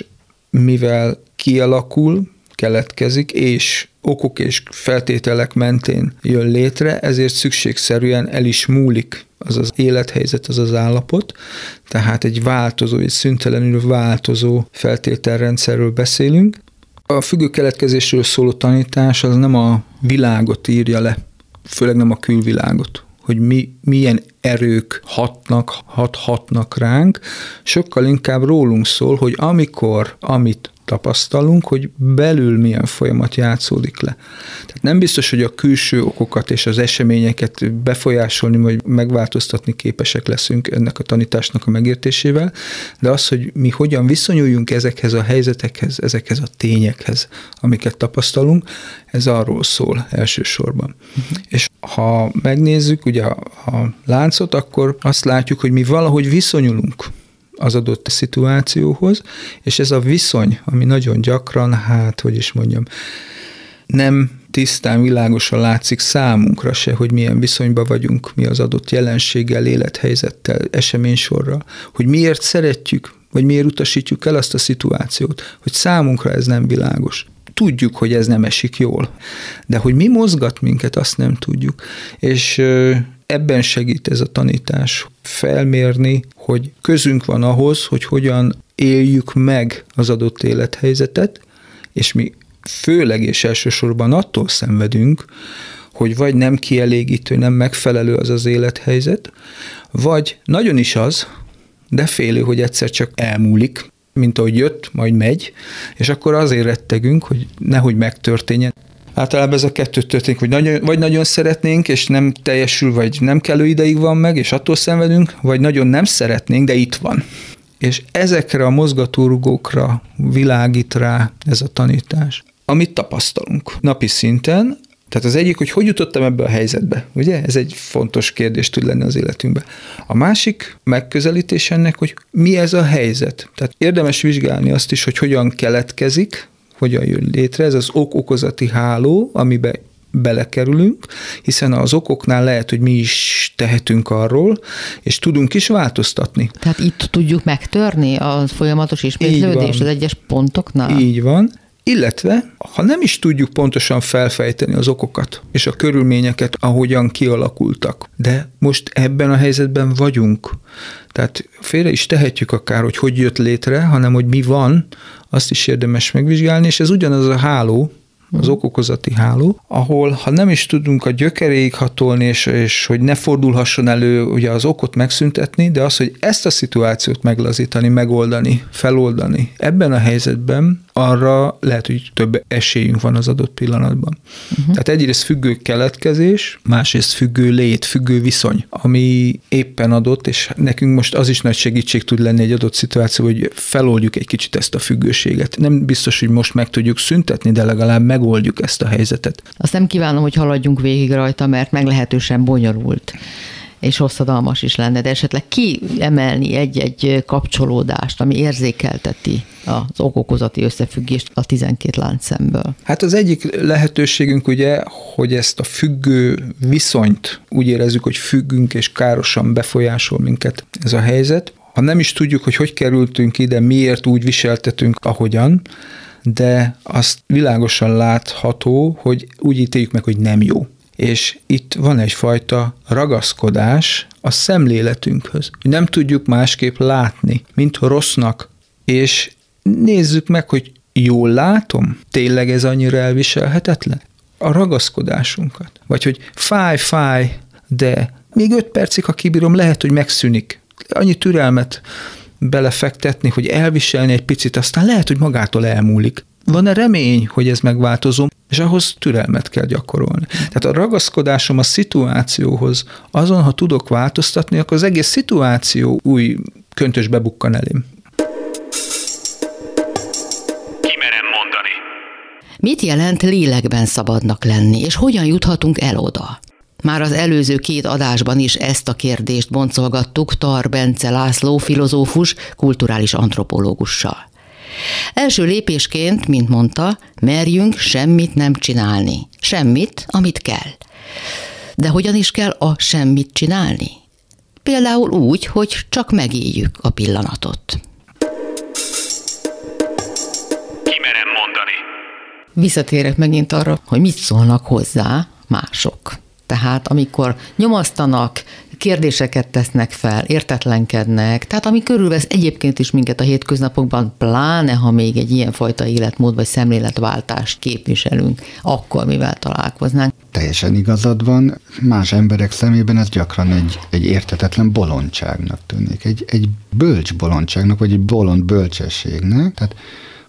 mivel kialakul, keletkezik, és okok és feltételek mentén jön létre, ezért szükségszerűen el is múlik az az élethelyzet, az az állapot, tehát egy változó, egy szüntelenül változó feltételrendszerről beszélünk. A függő keletkezésről szóló tanítás az nem a világot írja le, főleg nem a külvilágot, hogy milyen erők hathatnak ránk, sokkal inkább rólunk szól, hogy amikor, amit tapasztalunk, hogy belül milyen folyamat játszódik le. Tehát nem biztos, hogy a külső okokat és az eseményeket befolyásolni, vagy megváltoztatni képesek leszünk ennek a tanításnak a megértésével, de az, hogy mi hogyan viszonyuljunk ezekhez a helyzetekhez, ezekhez a tényekhez, amiket tapasztalunk, ez arról szól elsősorban. És ha megnézzük ugye a láncot, akkor azt látjuk, hogy mi valahogy viszonyulunk az adott szituációhoz, és ez a viszony, ami nagyon gyakran, nem tisztán, világosan látszik számunkra se, hogy milyen viszonyban vagyunk mi az adott jelenséggel, élethelyzettel, eseménysorral, hogy miért szeretjük, vagy miért utasítjuk el azt a szituációt, hogy számunkra ez nem világos. Tudjuk, hogy ez nem esik jól, de hogy mi mozgat minket, azt nem tudjuk. És ebben segít ez a tanítás felmérni, hogy közünk van ahhoz, hogy hogyan éljük meg az adott élethelyzetet, és mi főleg és elsősorban attól szenvedünk, hogy vagy nem kielégítő, nem megfelelő az az élethelyzet, vagy nagyon is az, de félő, hogy egyszer csak elmúlik, mint ahogy jött, majd megy, és akkor azért rettegünk, hogy nehogy megtörténjen. Általában ez a kettő történik, vagy nagyon szeretnénk, és nem teljesül, vagy nem kellő ideig van meg, és attól szenvedünk, vagy nagyon nem szeretnénk, de itt van. És ezekre a mozgatórugókra világít rá ez a tanítás, amit tapasztalunk napi szinten. Tehát az egyik, hogy jutottam ebbe a helyzetbe, ugye? Ez egy fontos kérdés tud lenni az életünkben. A másik megközelítés ennek, hogy mi ez a helyzet. Tehát érdemes vizsgálni azt is, hogy hogyan keletkezik, hogyan jön létre. Ez az ok-okozati háló, amiben belekerülünk, hiszen az okoknál lehet, hogy mi is tehetünk arról, és tudunk is változtatni. Tehát itt tudjuk megtörni a folyamatos ismétlődést az egyes pontoknál? Így van. Illetve, ha nem is tudjuk pontosan felfejteni az okokat és a körülményeket, ahogyan kialakultak, de most ebben a helyzetben vagyunk, tehát félre is tehetjük akár, hogy jött létre, hanem hogy mi van, azt is érdemes megvizsgálni, és ez ugyanaz a háló, az okokozati háló, ahol ha nem is tudunk a gyökeréig hatolni, és hogy ne fordulhasson elő ugye az okot megszüntetni, de az, hogy ezt a szituációt meglazítani, megoldani, feloldani, ebben a helyzetben arra lehet, hogy több esélyünk van az adott pillanatban. Tehát egyrészt függő keletkezés, másrészt függő lét, függő viszony, ami éppen adott, és nekünk most az is nagy segítség tud lenni egy adott szituáció, hogy feloldjuk egy kicsit ezt a függőséget. Nem biztos, hogy most meg tudjuk szüntetni, de legalább megoldjuk ezt a helyzetet. Azt nem kívánom, hogy haladjunk végig rajta, mert meglehetősen bonyolult és hosszadalmas is lenne, de esetleg kiemelni egy kapcsolódást, ami érzékelteti az okokozati összefüggést a 12 láncszemből. Hát az egyik lehetőségünk ugye, hogy ezt a függő viszonyt úgy érezzük, hogy függünk és károsan befolyásol minket ez a helyzet. Ha nem is tudjuk, hogy kerültünk ide, miért úgy viseltetünk, ahogyan, de azt világosan látható, hogy úgy ítéljük meg, hogy nem jó. És itt van egyfajta ragaszkodás a szemléletünkhöz. Nem tudjuk másképp látni, mint rossznak. És nézzük meg, hogy jól látom? Tényleg ez annyira elviselhetetlen? A ragaszkodásunkat. Vagy hogy fáj, de még 5 percig, ha kibírom, lehet, hogy megszűnik. Annyi türelmet belefektetni, hogy elviselni egy picit, aztán lehet, hogy magától elmúlik. Van-e remény, hogy ez megváltozom, és ahhoz türelmet kell gyakorolni. Tehát a ragaszkodásom a szituációhoz, azon, ha tudok változtatni, akkor az egész szituáció új köntösbe bukkan elém. Kimerem mondani. Mit jelent lélekben szabadnak lenni, és hogyan juthatunk el oda? Már az előző 2 adásban is ezt a kérdést boncolgattuk Tar Bence László filozófus, kulturális antropológussal. Első lépésként, mint mondta, merjünk semmit nem csinálni. Semmit, amit kell. De hogyan is kell a semmit csinálni? Például úgy, hogy csak megéljük a pillanatot. Kimerem mondani. Visszatérek megint arra, hogy mit szólnak hozzá mások. Tehát amikor nyomasztanak, kérdéseket tesznek fel, értetlenkednek, tehát ami körülvesz egyébként is minket a hétköznapokban, pláne ha még egy ilyenfajta életmód vagy szemléletváltást képviselünk, akkor mivel találkoznánk. Teljesen igazad van, más emberek szemében ez gyakran egy érthetetlen bolondságnak tűnik, egy bölcs bolondságnak, vagy egy bolond bölcsességnek. Tehát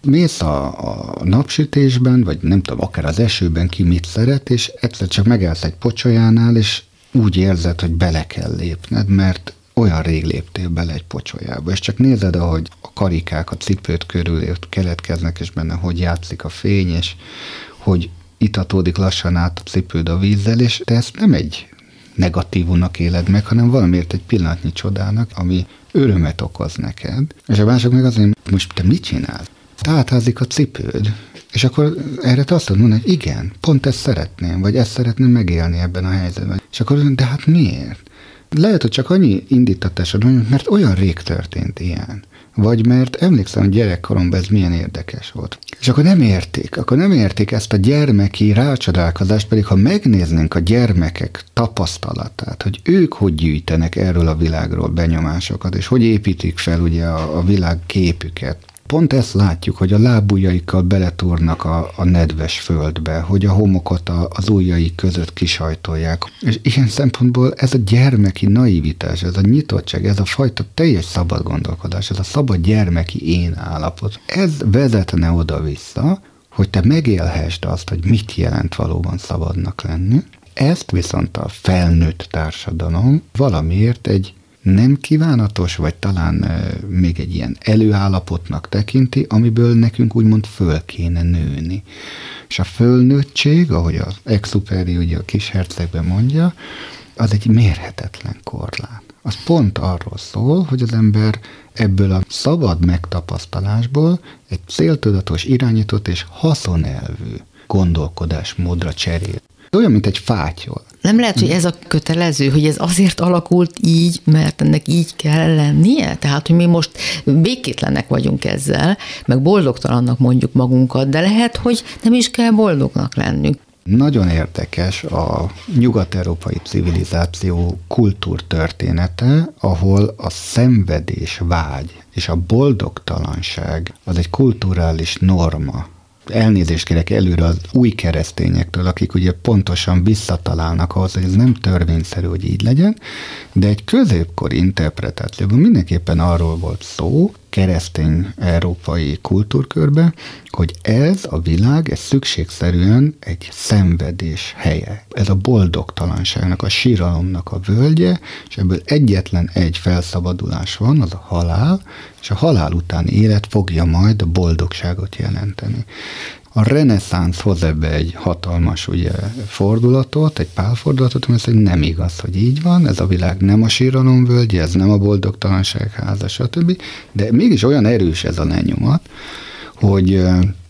mész a napsütésben, vagy nem tudom, akár az esőben ki mit szeret, és egyszer csak megállsz egy pocsolyánál, és úgy érzed, hogy bele kell lépned, mert olyan rég léptél bele egy pocsolyába, és csak nézed, ahogy a karikák a cipőt körül keletkeznek, és benne hogy játszik a fény, és hogy itatódik lassan át a cipőd a vízzel, és te ezt nem egy negatívumnak éled meg, hanem valamiért egy pillanatnyi csodának, ami örömet okoz neked. És a mások meg azért, most te mit csinálsz? Te átházik a cipőd, és akkor erre te azt mondod, hogy igen, pont ezt szeretném, vagy ezt szeretném megélni ebben a helyzetben. És akkor, de hát miért? Lehet, hogy csak annyi indítatásod van, mert olyan rég történt ilyen. Vagy mert emlékszem, hogy gyerekkoromban ez milyen érdekes volt. És akkor nem érték ezt a gyermeki rácsodálkozást, pedig ha megnéznénk a gyermekek tapasztalatát, hogy ők hogy gyűjtenek erről a világról benyomásokat, és hogy építik fel ugye a világ képüket. Pont ezt látjuk, hogy a lábujjaikkal beletúrnak a nedves földbe, hogy a homokot az ujjaik között kisajtolják. És ilyen szempontból ez a gyermeki naivitás, ez a nyitottság, ez a fajta teljes szabad gondolkodás, ez a szabad gyermeki én állapot, ez vezetne oda-vissza, hogy te megélhessd azt, hogy mit jelent valóban szabadnak lenni. Ezt viszont a felnőtt társadalom valamiért egy nem kívánatos, vagy talán még egy ilyen előállapotnak tekinti, amiből nekünk úgymond föl kéne nőni. És a fölnőttség, ahogy az Exupéry ugye a Kishercegben mondja, az egy mérhetetlen korlát. Az pont arról szól, hogy az ember ebből a szabad megtapasztalásból egy céltudatos, irányított és haszonelvű gondolkodásmódra cserél. Olyan, mint egy fátyol. Nem lehet, hogy ez a kötelező, hogy ez azért alakult így, mert ennek így kell lennie? Tehát, hogy mi most békétlenek vagyunk ezzel, meg boldogtalannak mondjuk magunkat, de lehet, hogy nem is kell boldognak lennünk. Nagyon érdekes a nyugat-európai civilizáció kultúrtörténete, ahol a szenvedés, vágy és a boldogtalanság az egy kulturális norma. Elnézést kérek előre az új keresztényektől, akik ugye pontosan visszatalálnak ahhoz, hogy ez nem törvényszerű, hogy így legyen, de egy középkori interpretációban mindenképpen arról volt szó, keresztény európai kultúrkörben, hogy ez a világ, ez szükségszerűen egy szenvedés helye. Ez a boldogtalanságnak, a síralomnak a völgye, és ebből egyetlen egy felszabadulás van, az a halál, és a halál utáni élet fogja majd a boldogságot jelenteni. A reneszánsz hoz ebbe egy hatalmas ugye, fordulatot, egy pálfordulatot, ami azt mondja, hogy nem igaz, hogy így van, ez a világ nem a síralom völgye, ez nem a boldogtalanság háza, stb. De mégis olyan erős ez a lenyomat, hogy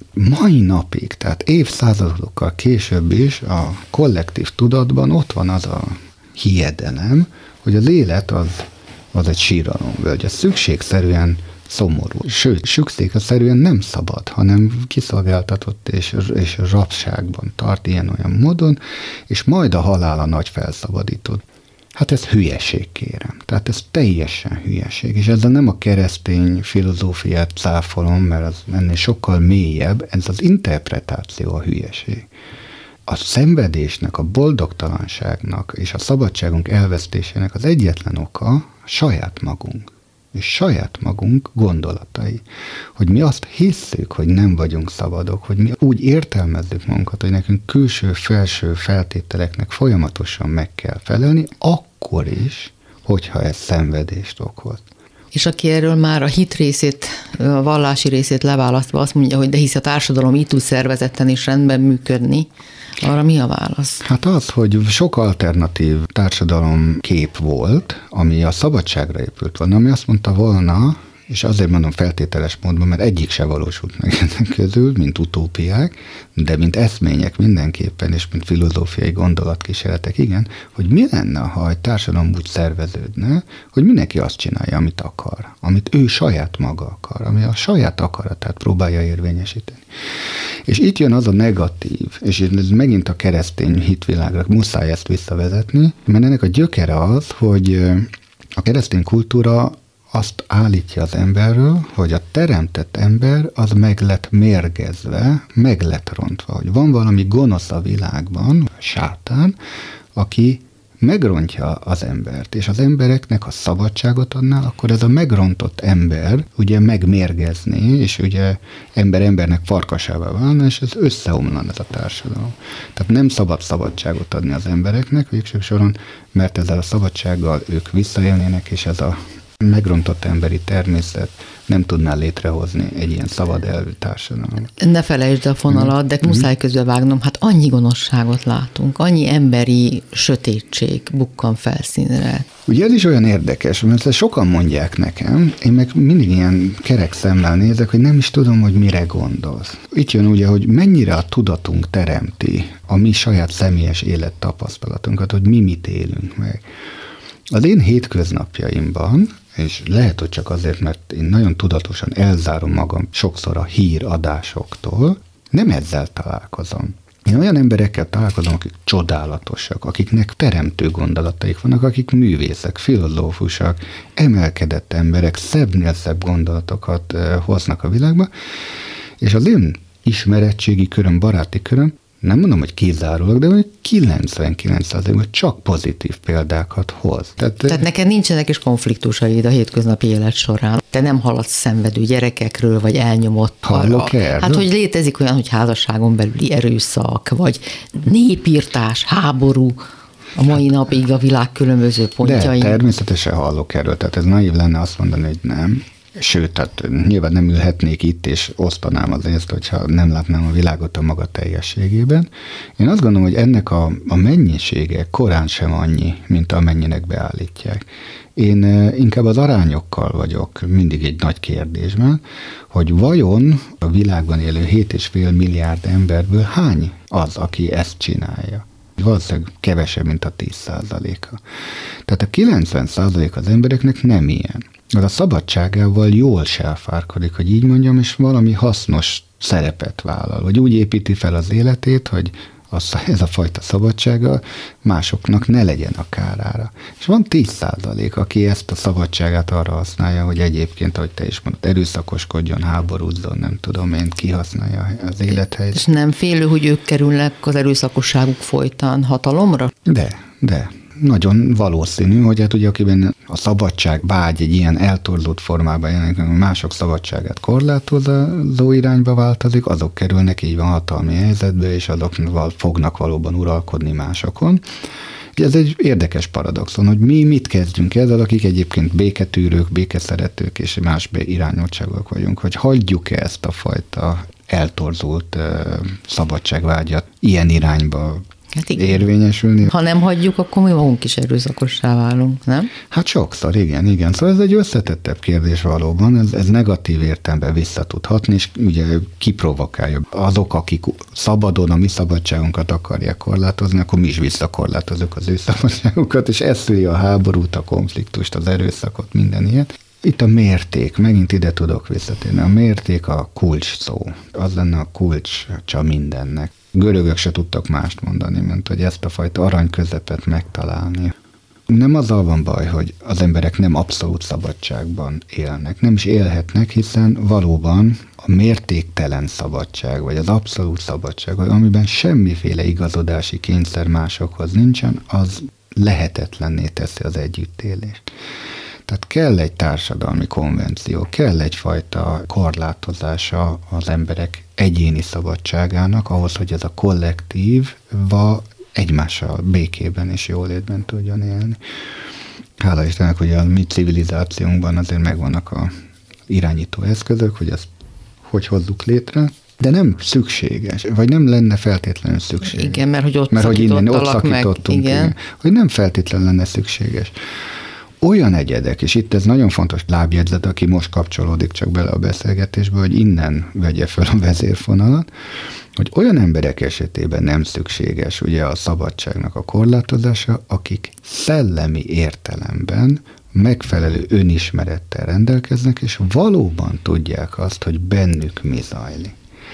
mai napig, tehát évszázadokkal később is a kollektív tudatban ott van az a hiedelem, hogy az élet az egy síralomvölgy, ez szükségszerűen szomorú. Sőt, szükségszerűen nem szabad, hanem kiszolgáltatott és rabságban tart ilyen-olyan módon, és majd a halál a nagy felszabadító. Hát ez hülyeség, kérem. Tehát ez teljesen hülyeség. És ezzel nem a keresztény filozófiát cáfolom, mert az ennél sokkal mélyebb, ez az interpretáció a hülyeség. A szenvedésnek, a boldogtalanságnak és a szabadságunk elvesztésének az egyetlen oka saját magunk. És saját magunk gondolatai. Hogy mi azt hisszük, hogy nem vagyunk szabadok, hogy mi úgy értelmezzük magunkat, hogy nekünk külső-felső feltételeknek folyamatosan meg kell felelni, akkor is, hogyha ez szenvedést okoz. És aki erről már a hit részét, a vallási részét leválasztva azt mondja, hogy de hisz a társadalom így tud szervezetten és rendben működni, arra mi a válasz? Hát az, hogy sok alternatív társadalomkép volt, ami a szabadságra épült volna, ami azt mondta volna, és azért mondom feltételes módban, mert egyik se valósult meg ezek közül, mint utópiák, de mint eszmények mindenképpen, és mint filozófiai gondolatkísérletek, igen, hogy mi lenne, ha egy társadalom úgy szerveződne, hogy mindenki azt csinálja, amit akar, amit ő saját maga akar, ami a saját akaratát próbálja érvényesíteni. És itt jön az a negatív, és ez megint a keresztény hitvilágra muszáj ezt visszavezetni, mert ennek a gyökere az, hogy a keresztény kultúra azt állítja az emberről, hogy a teremtett ember az meg lett mérgezve, meg lett rontva, hogy van valami gonosz a világban, a sátán, aki megrontja az embert, és az embereknek, ha szabadságot adnál, akkor ez a megrontott ember ugye megmérgezni, és ugye embernek farkasává válna, és ez összeomlan ez a társadalom. Tehát nem szabad szabadságot adni az embereknek végső soron, mert ezzel a szabadsággal ők visszaélnének, és ez a megrontott emberi természet nem tudná létrehozni egy ilyen szabad elvű társadalmat. Ne felejtsd a fonalat, de muszáj közbevágnom, hát annyi gonoszságot látunk, annyi emberi sötétség bukkan felszínre. Ugye ez is olyan érdekes, mert ezt sokan mondják nekem, én meg mindig ilyen kerek szemmel nézek, hogy nem is tudom, hogy mire gondolsz. Itt jön ugye, hogy mennyire a tudatunk teremti a mi saját személyes élettapasztalatunkat, hogy mi mit élünk meg. Az én hétköznapjaimban, és lehet, hogy csak azért, mert én nagyon tudatosan elzárom magam sokszor a híradásoktól, nem ezzel találkozom. Én olyan emberekkel találkozom, akik csodálatosak, akiknek teremtő gondolataik vannak, akik művészek, filozófusok, emelkedett emberek, szebbnél szebb gondolatokat hoznak a világba, és az én ismeretségi köröm, baráti köröm, nem mondom, hogy kizárólag, de 99%-ban csak pozitív példákat hoz. Tehát neked nincsenek is konfliktusaid a hétköznapi élet során. Te nem hallatsz szenvedő gyerekekről, vagy elnyomott. Hallok erről? Hát, hogy létezik olyan, hogy házasságon belüli erőszak, vagy népírtás, háború, a mai napig a világ különböző pontjain. De természetesen hallok erről, tehát ez naív lenne azt mondani, hogy nem. Sőt, tehát nyilván nem ülhetnék itt, és osztanám az ezt, hogyha nem látnám a világot a maga teljességében. Én azt gondolom, hogy ennek a mennyisége korán sem annyi, mint amennyinek beállítják. Én inkább az arányokkal vagyok mindig egy nagy kérdésben, hogy vajon a világban élő 7,5 milliárd emberből hány az, aki ezt csinálja? Valószínűleg kevesebb, mint a 10%-a. Tehát a 90% az embereknek nem ilyen. Az a szabadságával jól selfárkodik, hogy így mondjam, és valami hasznos szerepet vállal, vagy úgy építi fel az életét, hogy ez a fajta szabadsága másoknak ne legyen a kárára. És van 10%, aki ezt a szabadságát arra használja, hogy egyébként, ahogy te is mondod, erőszakoskodjon, háborúzzon, nem tudom én, kihasználja az élethelyet. És nem félő, hogy ők kerülnek az erőszakosságuk folytán hatalomra? De. Nagyon valószínű, hogy hát ugye akiben a szabadság vágy egy ilyen eltorzult formában jelenik, mások szabadságát korlátozó irányba változik, azok kerülnek így van hatalmi helyzetbe, és azok fognak valóban uralkodni másokon. Ez egy érdekes paradoxon, hogy mi mit kezdjünk ezzel, akik egyébként béketűrők, békeszeretők és más irányultságok vagyunk, hogy hagyjuk-e ezt a fajta eltorzult szabadságvágyat ilyen irányba érvényesülni. Ha nem hagyjuk, akkor mi magunk is erőszakossá válunk, nem? Hát sokszor, igen. Szóval ez egy összetettebb kérdés valóban, ez negatív értelemben vissza tud hatni, és ugye kiprovokálja. Azok, akik szabadon a mi szabadságunkat akarják korlátozni, akkor mi is visszakorlátozunk az ő szabadságukat, és ez szüli a háborút, a konfliktust, az erőszakot, minden ilyet. Itt a mérték, megint ide tudok visszatérni. A mérték a kulcs szó. Az lenne a kulcsa mindennek. Görögök se tudtak mást mondani, mint hogy ezt a fajta aranyközepet megtalálni. Nem azzal van baj, hogy az emberek nem abszolút szabadságban élnek. Nem is élhetnek, hiszen valóban a mértéktelen szabadság, vagy az abszolút szabadság, amiben semmiféle igazodási kényszer másokhoz nincsen, az lehetetlenné teszi az együttélést. Tehát kell egy társadalmi konvenció, kell egyfajta korlátozása az emberek egyéni szabadságának, ahhoz, hogy ez a kollektíva egymással békében és jólétben tudjon élni. Hála Istennek, hogy a mi civilizációnkban azért megvannak a irányító eszközök, hogy ezt hogy hozzuk létre, de nem szükséges, vagy nem lenne feltétlenül szükséges. Igen, mert hogy ott szakítottunk. Igen. Hogy nem feltétlenül lenne szükséges. Olyan egyedek, és itt ez nagyon fontos lábjegyzet, aki most kapcsolódik csak bele a beszélgetésbe, hogy innen vegye fel a vezérfonalat, hogy olyan emberek esetében nem szükséges ugye a szabadságnak a korlátozása, akik szellemi értelemben megfelelő önismerettel rendelkeznek, és valóban tudják azt, hogy bennük mi zajlik.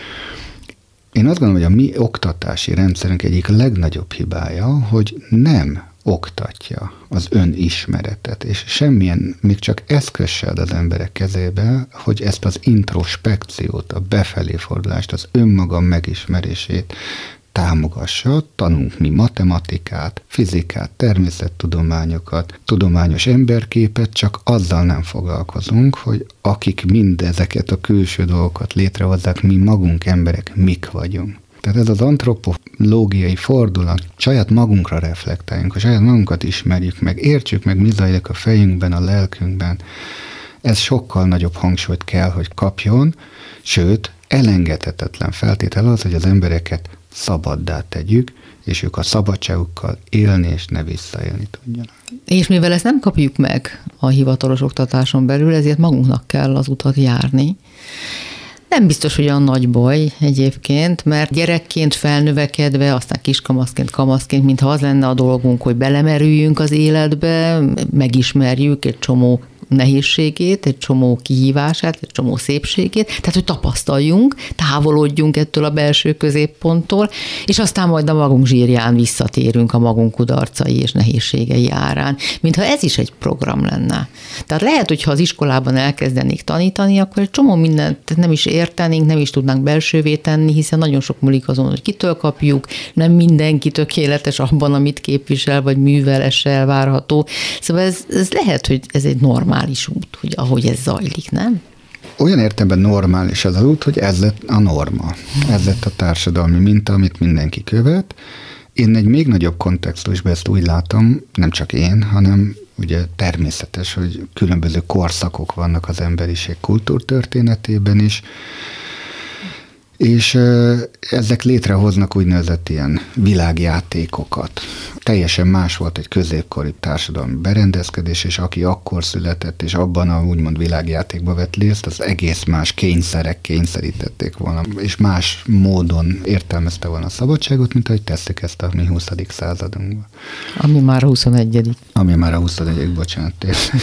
Én azt gondolom, hogy a mi oktatási rendszerünk egyik legnagyobb hibája, hogy nem oktatja az önismeretet, és semmilyen, még csak eszköz se ad az emberek kezébe, hogy ezt az introspekciót, a befelé fordulást, az önmagam megismerését támogassa, tanulunk mi matematikát, fizikát, természettudományokat, tudományos emberképet, csak azzal nem foglalkozunk, hogy akik mindezeket a külső dolgokat létrehozzák, mi magunk emberek mik vagyunk. Tehát ez az antropológiai fordulat, saját magunkra reflektáljunk, hogy saját magunkat ismerjük meg, értsük meg, mi zajlik a fejünkben, a lelkünkben. Ez sokkal nagyobb hangsúlyt kell, hogy kapjon, sőt, elengedhetetlen feltétel az, hogy az embereket szabaddá tegyük, és ők a szabadságukkal élni és ne visszaélni tudjanak. És mivel ezt nem kapjuk meg a hivatalos oktatáson belül, ezért magunknak kell az utat járni. Nem biztos, hogy olyan nagy baj egyébként, mert gyerekként felnövekedve, aztán kiskamaszként, kamaszként, mintha az lenne a dolgunk, hogy belemerüljünk az életbe, megismerjük egy csomó nehézségét, egy csomó kihívását, egy csomó szépségét, tehát hogy tapasztaljunk, távolodjunk ettől a belső középponttól, és aztán majd a magunk zsírján visszatérünk a magunk kudarcai és nehézségei árán, mintha ez is egy program lenne. Tehát lehet, hogyha az iskolában elkezdenék tanítani, akkor egy csomó mindent nem is értenénk, nem is tudnánk belsővé tenni, hiszen nagyon sok múlik azon, hogy kitől kapjuk, nem mindenki tökéletes abban, amit képvisel, vagy művel, ez se elvárható. Szóval ez lehet, hogy ez egy normális út, hogy ahogy ez zajlik, nem? Olyan értelemben normális az út, hogy ez lett a norma. Ez lett a társadalmi minta, amit mindenki követ. Én egy még nagyobb kontextusban ezt úgy látom, nem csak én, hanem ugye természetes, hogy különböző korszakok vannak az emberiség kultúrtörténetében is, és ezek létrehoznak úgynevezett ilyen világjátékokat. Teljesen más volt egy középkori társadalmi berendezkedés, és aki akkor született, és abban a úgymond világjátékba vett részt, az egész más kényszerek kényszerítették volna, és más módon értelmezte volna a szabadságot, mint ahogy teszik ezt a mi 20. századunkban. Ami már a 21. Ami már a 21. bocsánat.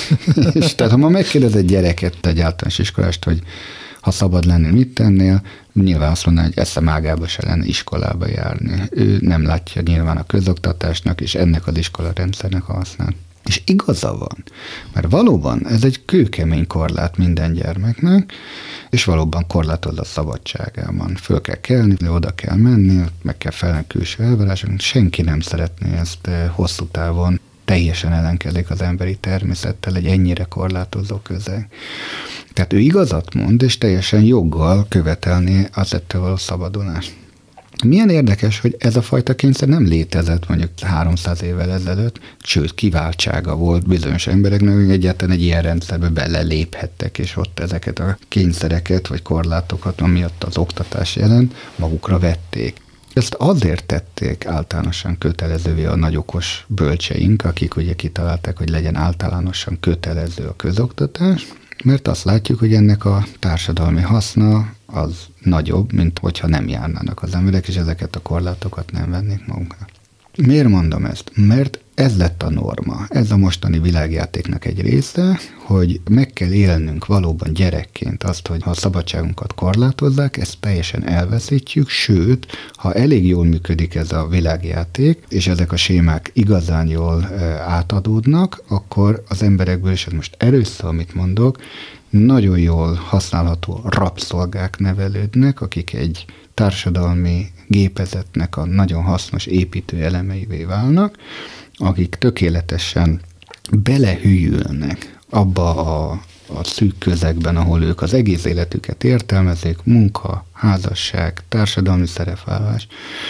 És tehát ha ma megkérdez egy gyereket, egy általános iskolást, hogy ha szabad lennél, mit tennél? Nyilván azt mondaná, hogy eszem ágába se lenne iskolába járni. Ő nem látja nyilván a közoktatásnak és ennek az iskolarendszernek a hasznát. És igaza van, mert valóban ez egy kőkemény korlát minden gyermeknek, és valóban korlátoz a szabadságában. Föl kell kelni, oda kell menni, meg kell felelni külső elvárásoknak. Senki nem szeretné ezt hosszú távon, teljesen ellenkezik az emberi természettel egy ennyire korlátozó közeg. Tehát ő igazat mond, és teljesen joggal követelni az ettől való szabadulást. Milyen érdekes, hogy ez a fajta kényszer nem létezett mondjuk 300 évvel ezelőtt, sőt, kiváltsága volt bizonyos embereknek, hogy egyáltalán egy ilyen rendszerbe beleléphettek, és ott ezeket a kényszereket vagy korlátokat, amiatt az oktatás jelent, magukra vették. Ezt azért tették általánosan kötelezővé a nagyokos bölcseink, akik ugye kitalálták, hogy legyen általánosan kötelező a közoktatás, mert azt látjuk, hogy ennek a társadalmi haszna az nagyobb, mint hogyha nem járnának az emberek, és ezeket a korlátokat nem vennék magukra. Miért mondom ezt? Mert ez lett a norma. Ez a mostani világjátéknak egy része, hogy meg kell élnünk valóban gyerekként azt, hogy ha a szabadságunkat korlátozzák, ezt teljesen elveszítjük, sőt, ha elég jól működik ez a világjáték, és ezek a sémák igazán jól átadódnak, akkor az emberekből, és ez most erőször, amit mondok, nagyon jól használható rabszolgák nevelődnek, akik egy társadalmi gépezetnek a nagyon hasznos építő elemeivé válnak, akik tökéletesen belehűlnek abba a szűk közegben, ahol ők az egész életüket értelmezik, munka, házasság, társadalmi szerepvállalás.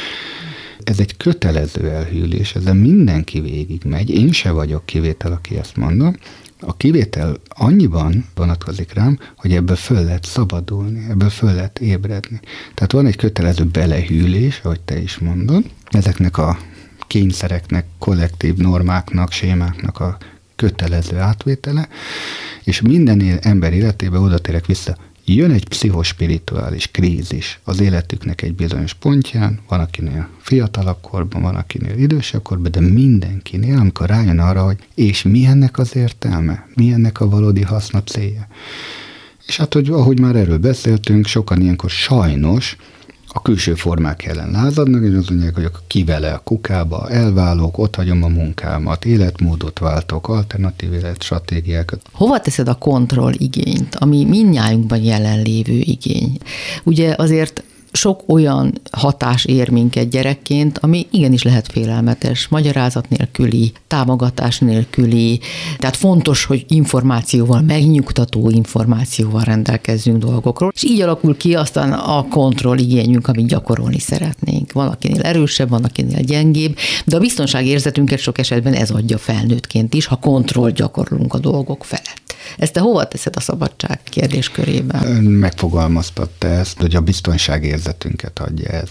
Ez egy kötelező elhűlés, ezen mindenki végigmegy, én se vagyok kivétel, aki ezt mondom. A kivétel annyiban vonatkozik rám, hogy ebből föl lehet szabadulni, ebből föl lehet ébredni. Tehát van egy kötelező belehűlés, ahogy te is mondod, ezeknek a kényszereknek, kollektív normáknak, sémáknak a kötelező átvétele, és minden ember életében oda térek vissza, jön egy pszichospirituális krízis az életüknek egy bizonyos pontján, van akinél fiatalabb korban, van akinél idősebb korban, de mindenkinél, amikor rájön arra, hogy és mi ennek az értelme, mi ennek a valódi haszna célja. És hát, hogy ahogy már erről beszéltünk, sokan ilyenkor sajnos a külső formák ellen lázadnak, és azt mondják, hogy kivele a kukába, elválok, ott hagyom a munkámat, életmódot váltok, alternatív életstratégiákat. Hova teszed a kontroll igényt, ami mindnyájunkban jelenlévő igény? Ugye azért sok olyan hatás ér minket gyerekként, ami igenis lehet félelmetes, magyarázat nélküli, támogatás nélküli, tehát fontos, hogy információval, megnyugtató információval rendelkezzünk dolgokról, és így alakul ki aztán a kontrolligényünk, amit gyakorolni szeretnénk. Van, akinél erősebb, van, akinél gyengébb, de a biztonságérzetünket sok esetben ez adja felnőttként is, ha kontroll gyakorlunk a dolgok felett. Ezt te hova teszed a szabadság kérdéskörében? Megfogalmaztad te ezt, hogy a biztonságérzetünket adja ez.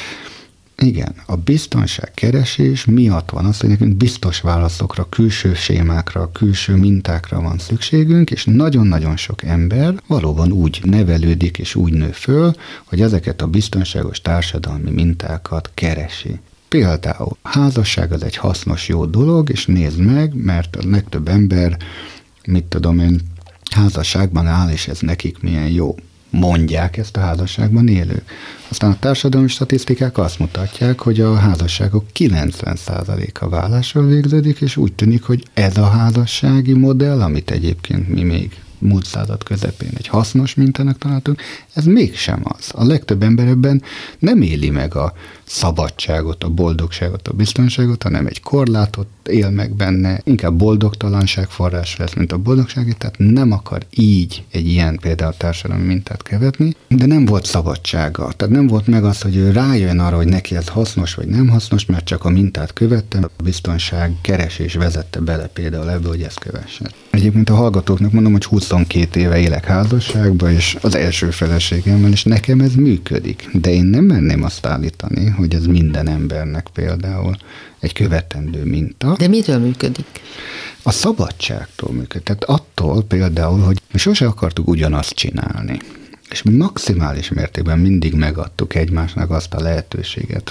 Igen, a biztonságkeresés miatt van az, hogy nekünk biztos válaszokra, külső sémákra, külső mintákra van szükségünk, és nagyon-nagyon sok ember valóban úgy nevelődik és úgy nő föl, hogy ezeket a biztonságos társadalmi mintákat keresi. Például a házasság az egy hasznos, jó dolog, és nézd meg, mert a legtöbb ember, mit tudom én, házasságban áll, és ez nekik milyen jó. Mondják ezt a házasságban élők. Aztán a társadalmi statisztikák azt mutatják, hogy a házasságok 90%-a vállással végződik, és úgy tűnik, hogy ez a házassági modell, amit egyébként mi még múlt század közepén egy hasznos mintának találtunk, ez mégsem az. A legtöbb ember ebben nem éli meg a szabadságot, a boldogságot, a biztonságot, hanem egy korlátot él meg benne, inkább boldogtalanság forrás lesz, mint a boldogság, tehát nem akar így egy ilyen például társadalmi mintát követni, de nem volt szabadsága. Tehát nem volt meg az, hogy ő rájön arra, hogy neki ez hasznos vagy nem hasznos, mert csak a mintát követte, a biztonság keresés vezette bele például ebbe, hogy ezt kövessen. Egyébként a hallgatóknak mondom, hogy 22 éve élek házasságban, és az első feleségemmel, és nekem ez működik. De én nem merném azt állítani, hogy ez minden embernek például egy követendő minta. De mitől működik? A szabadságtól működik. Tehát attól például, hogy mi sose akartuk ugyanazt csinálni. És mi maximális mértékben mindig megadtuk egymásnak azt a lehetőséget,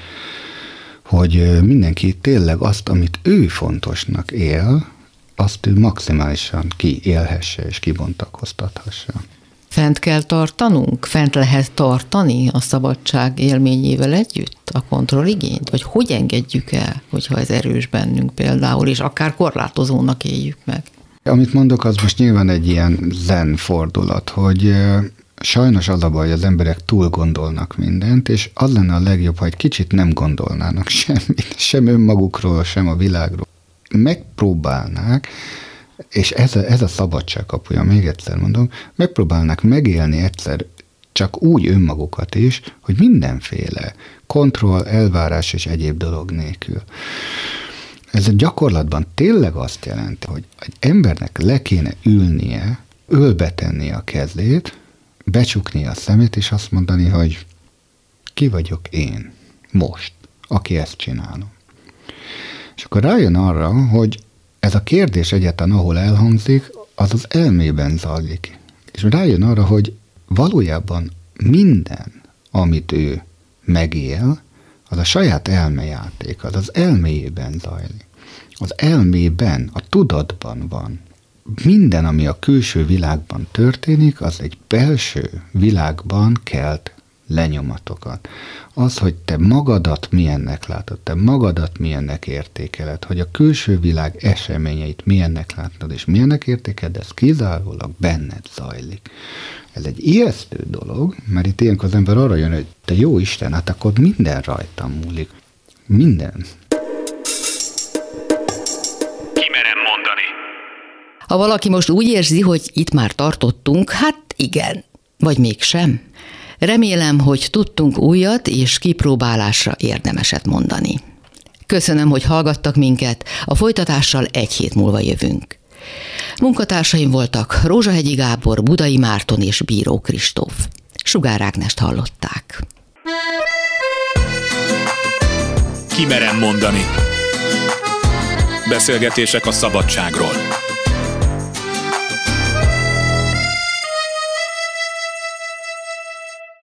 hogy mindenki tényleg azt, amit ő fontosnak él, azt ő maximálisan kiélhesse és kibontakoztathassa. Fent kell tartanunk? Fent lehet tartani a szabadság élményével együtt a kontrolligényt? Vagy hogy engedjük el, hogyha ez erős bennünk például, és akár korlátozónak éljük meg? Amit mondok, az most nyilván egy ilyen zen fordulat, hogy sajnos az a baj, hogy az emberek túl gondolnak mindent, és az lenne a legjobb, ha egy kicsit nem gondolnának semmit, sem önmagukról, sem a világról. Megpróbálnák, és ez a szabadság kapuja, még egyszer mondom, megpróbálnak megélni egyszer csak úgy önmagukat is, hogy mindenféle kontroll, elvárás és egyéb dolog nélkül. Ez a gyakorlatban tényleg azt jelenti, hogy egy embernek le kéne ülnie, ölbetenni a kezét, becsukni a szemét, és azt mondani, hogy ki vagyok én most, aki ezt csinálom. És akkor rájön arra, hogy ez a kérdés egyáltalán, ahol elhangzik, az az elmében zajlik. És rájön arra, hogy valójában minden, amit ő megél, az a saját elmejáték, az az elméjében zajlik. Az elmében, a tudatban van. Minden, ami a külső világban történik, az egy belső világban kelt lenyomatokat. Az, hogy te magadat milyennek látod, te magadat milyennek értékeled, hogy a külső világ eseményeit milyennek látod, és milyennek értékeled, ez kizárólag benned zajlik. Ez egy ijesztő dolog, mert itt ilyenkor az ember arra jön, hogy te jó Isten, hát akkor minden rajtam múlik. Minden. Kimerem mondani. Ha valaki most úgy érzi, hogy itt már tartottunk, hát igen, vagy mégsem. Remélem, hogy tudtunk újat és kipróbálásra érdemeset mondani. Köszönöm, hogy hallgattak minket, a folytatással egy hét múlva jövünk. Munkatársaim voltak Rózsahegyi Gábor, Budai Márton és Bíró Kristóf. Sugár Ágnest hallották. Kimerem mondani. Beszélgetések a szabadságról.